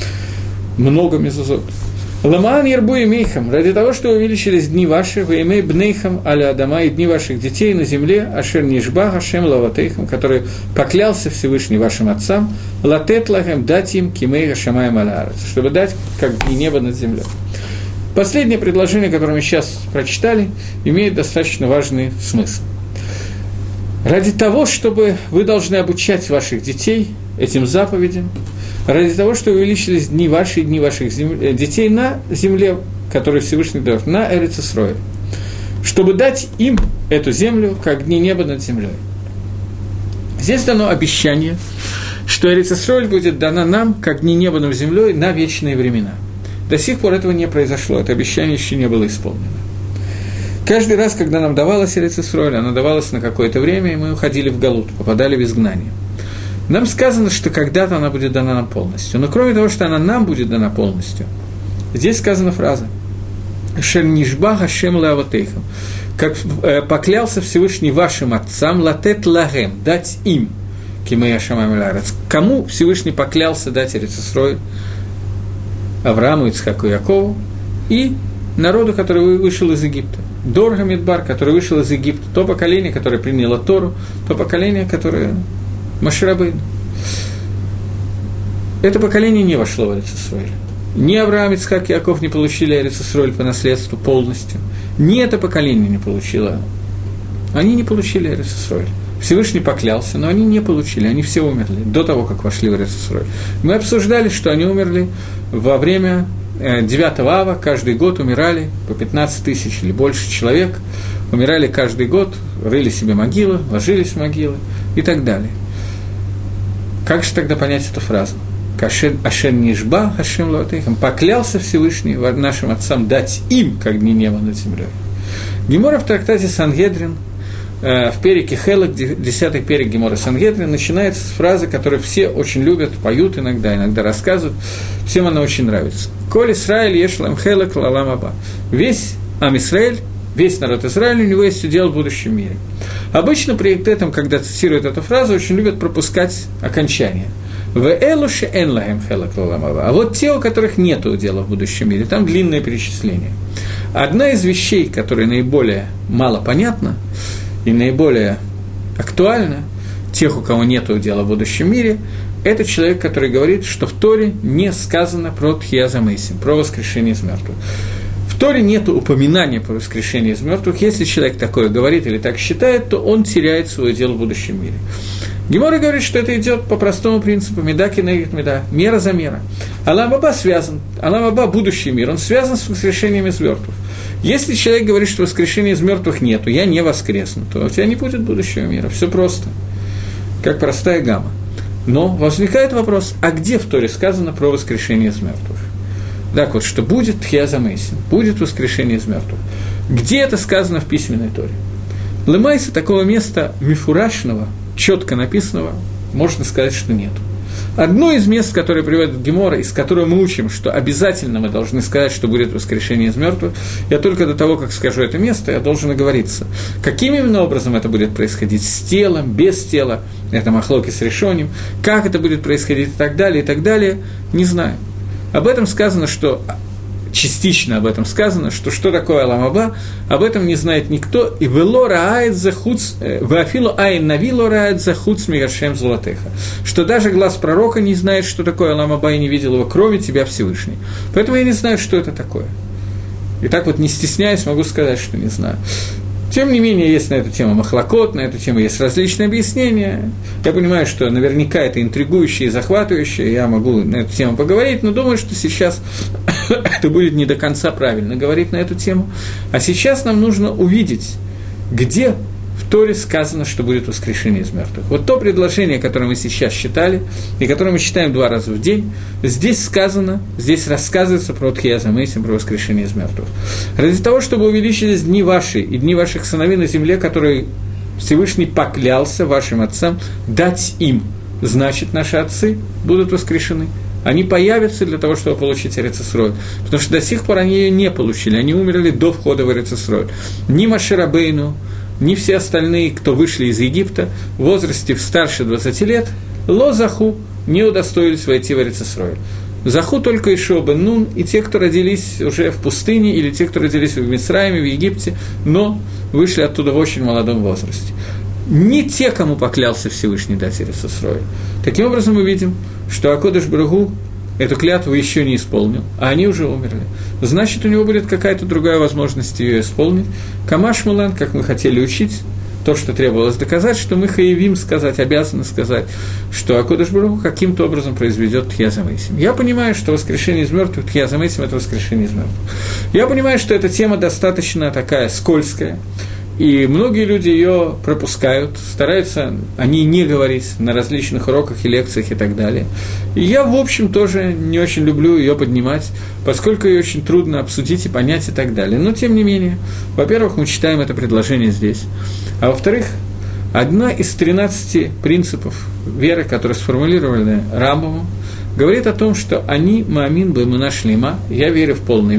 много мизузот. «Ламаан ярбу имейхам», ради того, что увеличились дни ваши, «ваимей бнейхам аля адама», и дни ваших детей на земле, «ашер нишба хашем лаватейхам», который поклялся Всевышний вашим отцам, «латет лахем», дать им кимей хашамаем аля арец, чтобы дать, как и небо над землей. Последнее предложение, которое мы сейчас прочитали, имеет достаточно важный смысл. Ради того, чтобы вы должны обучать ваших детей этим заповедям, ради того, чтобы увеличились дни ваши и дни ваших детей на земле, которую Всевышний дает, на Эрец Исроэль, чтобы дать им эту землю, как дни неба над землей. Здесь дано обещание, что Эрец Исроэль будет дана нам, как дни неба над землей, на вечные времена. До сих пор этого не произошло, это обещание еще не было исполнено. Каждый раз, когда нам давалась Эрец Исроэль, она давалась на какое-то время, и мы уходили в галут, попадали в изгнание. Нам сказано, что когда-то она будет дана нам полностью. Но кроме того, что она нам будет дана полностью, здесь сказана фраза «Шер нишба хашем лаватейхам», как поклялся Всевышний вашим отцам «латет лагем», дать им кимея шамам ларец. Кому Всевышний поклялся дать Эрец Исроэль? Аврааму, Ицхаку и Якову и народу, который вышел из Египта. Дор Гамидбар, который вышел из Египта, то поколение, которое приняло Тору, то поколение, которое Моше Рабейну. Это поколение не вошло в Эрец Исроэль. Ни Авраам, Ицхак и Яков не получили Эрец Исроэль по наследству полностью. Ни это поколение не получило. Они не получили Эрец Исроэль. Всевышний поклялся, но они не получили, они все умерли до того, как вошли в Эрец Исроэль. Мы обсуждали, что они умерли во время 9 ава, каждый год умирали по 15 тысяч или больше человек, умирали каждый год, рыли себе могилы, ложились в могилы и так далее. Как же тогда понять эту фразу? «Ашер нишба хашем лаватейхам», поклялся Всевышний нашим отцам дать им, как дни неба над землей. Гемора в трактате Сангедрин, в перике Хелек, 10-й перик Гемора Сангедрин, начинается с фразы, которую все очень любят, поют иногда рассказывают. Всем она очень нравится. «Коль Исраэль ешлам Хелек лалам аба». Весь Ам Исраэль весь народ Израиля, у него есть удел в будущем мире. Обычно при этом, когда цитируют эту фразу, очень любят пропускать окончание. А вот те, у которых нет удела в будущем мире, там длинное перечисление. Одна из вещей, которая наиболее мало понятна и наиболее актуальна, тех, у кого нет удела в будущем мире, это человек, который говорит, что в Торе не сказано про Тхия Замейсим, про воскрешение из мертвых. В Торе нет упоминания про воскрешение из мертвых. Если человек такое говорит или так считает, то он теряет свое дело в будущем мире. Гемора говорит, что это идет по простому принципу меда кенегет меда, мера за мера. Алам Аба связан, Алам Аба будущий мир, он связан с воскрешением из мертвых. Если человек говорит, что воскрешения из мертвых нету, я не воскресну, то у тебя не будет будущего мира. Все просто, как простая гамма. Но возникает вопрос, а где в Торе сказано про воскрешение из мертвых? Так вот, что будет Тхия Замейсим, будет воскрешение из мертвых. Где это сказано в письменной Торе? Лемайса такого места мифурашного, четко написанного, можно сказать, что нет. Одно из мест, которое приводит Гемора, из которого мы учим, что обязательно мы должны сказать, что будет воскрешение из мертвых, я только до того, как скажу это место, я должен оговориться. Каким именно образом это будет происходить? С телом, без тела? Это махлоки с решением. Как это будет происходить и так далее, не знаю. Об этом сказано, что... Частично об этом сказано, что такое Алам Аба, об этом не знает никто, и «Вело раает захуц, веафилу айн навило раает захуц мигашем золотеха», что даже глаз пророка не знает, что такое Алам Аба, и не видел его, кроме тебя Всевышний. Поэтому я не знаю, что это такое. И так вот, не стесняясь, могу сказать, что не знаю. Тем не менее, есть на эту тему махлокот, на эту тему есть различные объяснения. Я понимаю, что наверняка это интригующее и захватывающее, я могу на эту тему поговорить, но думаю, что сейчас это будет не до конца правильно говорить на эту тему. А сейчас нам нужно увидеть, где в Торе сказано, что будет воскрешение из мертвых. Вот то предложение, которое мы сейчас читали, и которое мы читаем 2 раза в день, здесь сказано, здесь рассказывается про Тхия Замейсим, про воскрешение из мертвых. Ради того, чтобы увеличились дни ваши и дни ваших сыновей на земле, которые Всевышний поклялся вашим отцам дать им, значит, наши отцы будут воскрешены. Они появятся для того, чтобы получить Эрец Исроэль. Потому что до сих пор они ее не получили, они умерли до входа в Эрец Исроэль. Ни Моше Рабейну, ни все остальные, кто вышли из Египта, в возрасте старше 20 лет, ло заху, не удостоились войти в Эрец Исроэль. Заху только Ишуа бен Нун и те, кто родились уже в пустыне, или те, кто родились в Мицраиме, в Египте, но вышли оттуда в очень молодом возрасте. Не те, кому поклялся Всевышний дать Эрец Исроэль. Таким образом, мы видим, что Акодеш Барух Ху эту клятву еще не исполнил, а они уже умерли. Значит, у него будет какая-то другая возможность ее исполнить. Камаш Мулан, как мы хотели учить, то, что требовалось доказать, что мы хаевим сказать, обязаны сказать, что Акодеш Барух Ху каким-то образом произведет Тхия Замейсим. Я понимаю, что воскрешение из мертвых, Тхия Замейсим – это воскрешение из мертвых. Я понимаю, что эта тема достаточно такая скользкая, и многие люди ее пропускают, стараются о ней не говорить на различных уроках и лекциях и так далее. И я, в общем, тоже не очень люблю ее поднимать, поскольку ее очень трудно обсудить и понять и так далее. Но, тем не менее, во-первых, мы читаем это предложение здесь, а во-вторых, одна из 13 принципов веры, которые сформулированы Рамбамом, говорит о том, что они маамин бэмуна шлейма, я верю в полной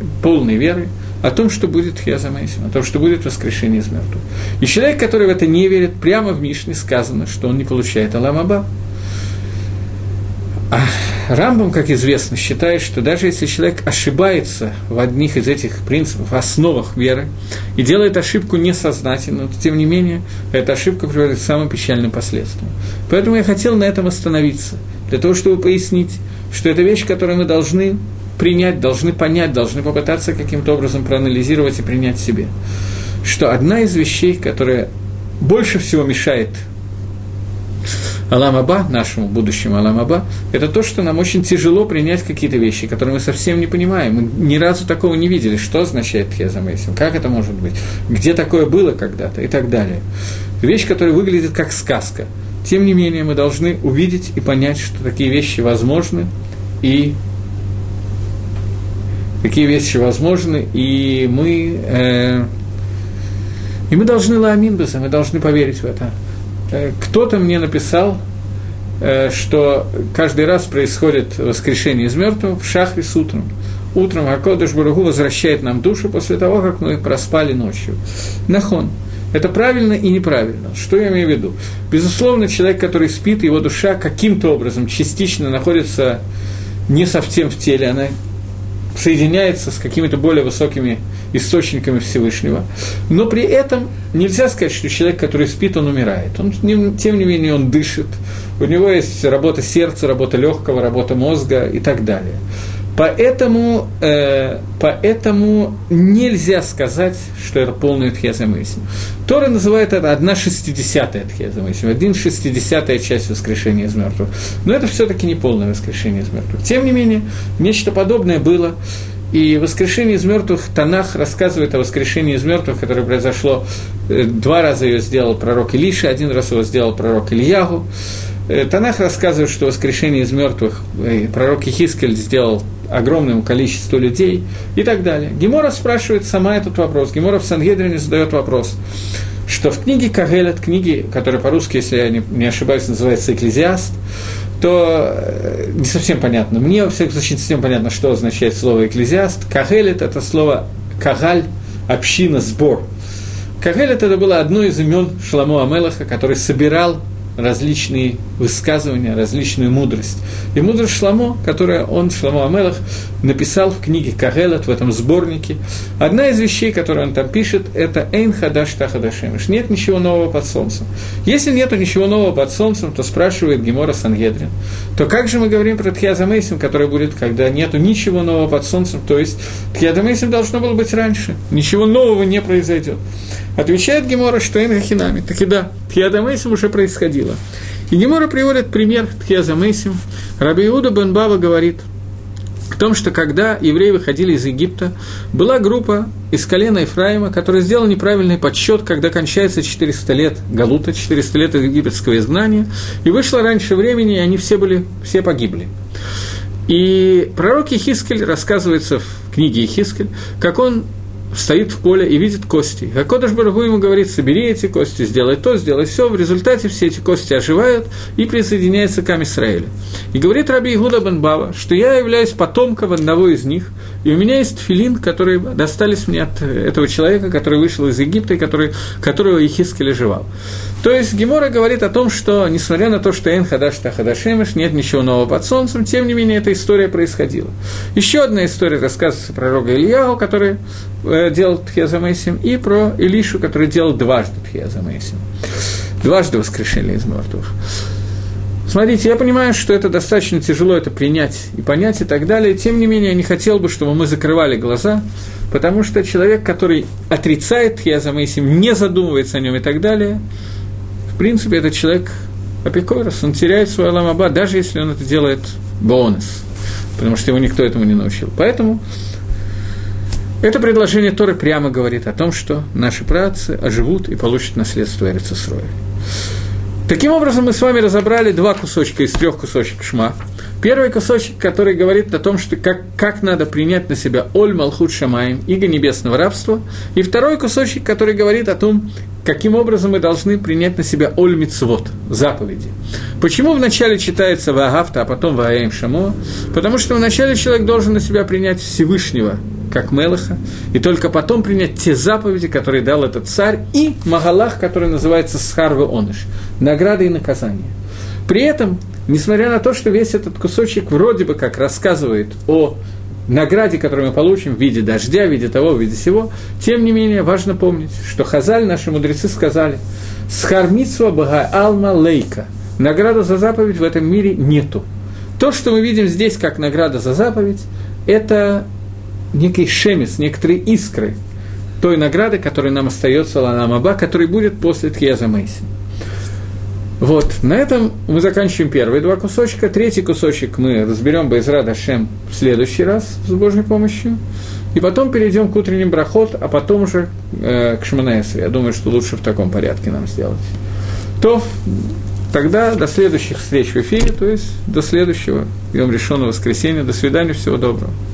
веры, о том, что будет Тхия Замейсим, о том, что будет воскрешение из мертвых. И человек, который в это не верит, прямо в Мишне сказано, что он не получает Алам Аба. А Рамбам, как известно, считает, что даже если человек ошибается в одних из этих принципов, основах веры, и делает ошибку несознательно, то, тем не менее, эта ошибка приводит к самым печальным последствиям. Поэтому я хотел на этом остановиться, для того, чтобы пояснить, что это вещь, которую мы должны принять, должны понять, должны попытаться каким-то образом проанализировать и принять себе. Что одна из вещей, которая больше всего мешает Алам Аба, нашему будущему Алам Аба, это то, что нам очень тяжело принять какие-то вещи, которые мы совсем не понимаем. Мы ни разу такого не видели, что означает Тхия Замейсим, как это может быть, где такое было когда-то и так далее. Вещь, которая выглядит как сказка. Тем не менее, мы должны увидеть и понять, что такие вещи возможны, и какие вещи возможны, и мы должны лаамин бэзэ, мы должны поверить в это. Кто-то мне написал, что каждый раз происходит воскрешение из мертвых в шахре с утром. утром ха-кодеш барух ху возвращает нам душу после того, как мы проспали ночью. Нахон. Это правильно и неправильно. Что я имею в виду? Безусловно, человек, который спит, его душа каким-то образом частично находится не совсем в теле, она соединяется с какими-то более высокими источниками Всевышнего. Но при этом нельзя сказать, что человек, который спит, он умирает. Он, тем не менее, он дышит. У него есть работа сердца, работа легкого, работа мозга и так далее. Поэтому нельзя сказать, что это полный Тхият Мейсим. Тора называет это 1/60 Тхият Мейсим, 1/60 часть воскрешения из мертвых. Но это все-таки не полное воскрешение из мертвых. Тем не менее, нечто подобное было. И воскрешение из мертвых, Танах рассказывает о воскрешении из мертвых, которое произошло, 2 раза ее сделал пророк Илиша, 1 раз его сделал пророк Ильягу. Танах рассказывает, что воскрешение из мертвых пророк Йехескель сделал огромному количеству людей и так далее. Гемора спрашивает сама этот вопрос. Гемора в Сангедрине задает вопрос, что в книге Кагелет, книге, которая по-русски, если я не ошибаюсь, называется «Экклезиаст», то не совсем понятно. Мне, во всяком случае, не совсем понятно, что означает слово «экклезиаст». Кагелет – это слово «кагаль», община, сбор. Кагелет – это было одно из имен Шломо ха-Мелеха, который собирал различные высказывания, различную мудрость. И мудрость Шломо, которую он, Шломо ха-Мелех, написал в книге Кагелет, в этом сборнике, одна из вещей, которую он там пишет, это «Эйн хадаш тахадашемиш» – нет ничего нового под солнцем. Если нету ничего нового под солнцем, то спрашивает Гемора Сангедрин, то как же мы говорим про Тхият Мейсим, который будет, когда нету ничего нового под солнцем, то есть Тхият Мейсим должно было быть раньше, ничего нового не произойдет. Отвечает Гемора, что «Эйн хахинами». Так и да, Тхият Мейсим уже происходило. И Гемора приводит пример Тхият Мейсим. Раби Иуда бен Бава говорит о том, что когда евреи выходили из Египта, была группа из колена Ефраима, которая сделала неправильный подсчет, когда кончается 400 лет галута, 400 лет египетского изгнания, и вышло раньше времени, и они все погибли. И пророк Йехескель рассказывается в книге Йехескель, как он стоит в поле и видит кости. А ха-кодеш барух ху ему говорит: собери эти кости, сделай то, сделай все. В результате все эти кости оживают и присоединяются к Ам-Исраэлю. И говорит Раби Иуда бен Бава, что я являюсь потомком одного из них, и у меня есть тфилин, которые достались мне от этого человека, который вышел из Египта и которого Йехескель оживал. То есть Гемора говорит о том, что, несмотря на то, что «Эн хадаш тахадашемеш», нет ничего нового под солнцем, тем не менее, эта история происходила. Еще одна история рассказывается про пророка Ильягу, который делал Тхият Мейсим, и про Илишу, который делал дважды Тхият Мейсим. Дважды воскрешение из мертвых. Смотрите, я понимаю, что это достаточно тяжело это принять и понять и так далее, тем не менее, я не хотел бы, чтобы мы закрывали глаза, потому что человек, который отрицает Тхият Мейсим, не задумывается о нем и так далее, в принципе, этот человек апикорос, он теряет свой олам аба, даже если он это делает бонус, потому что его никто этому не научил. Поэтому это предложение Торы прямо говорит о том, что наши праотцы оживут и получат наследство Эрец Исроэль. Таким образом, мы с вами разобрали два кусочка из 3 кусочек Шма. Первый кусочек, который говорит о том, что как надо принять на себя Оль Малхут Шамаим, иго небесного рабства. И второй кусочек, который говорит о том, каким образом мы должны принять на себя Оль Мицвот, заповеди. Почему вначале читается Ваагавта, а потом Вааэм Шамо? Потому что вначале человек должен на себя принять Всевышнего, как Мелеха, и только потом принять те заповеди, которые дал этот царь, и Магалах, который называется Схар ве-Оныш, награда и наказание. При этом, несмотря на то, что весь этот кусочек вроде бы как рассказывает о награде, которую мы получим в виде дождя, в виде того, в виде сего, тем не менее важно помнить, что Хазаль, наши мудрецы, сказали: «Схар мицва бага алма лейка». Награды за заповедь в этом мире нету. То, что мы видим здесь как награда за заповедь, это некий шемес, некоторые искры той награды, которая нам остается лалам аба, который будет после Тхият Мейсим. Вот, на этом мы заканчиваем первые 2 кусочка. 3-й кусочек мы разберем Бе'эзрат Ашем в следующий раз с Божьей помощью. И потом перейдем к утренним брахот, а потом уже к Шмона Эсрей. Я думаю, что лучше в таком порядке нам сделать. То тогда до следующих встреч в эфире, то есть до следующего Йом Ришона, воскресенья. До свидания, всего доброго.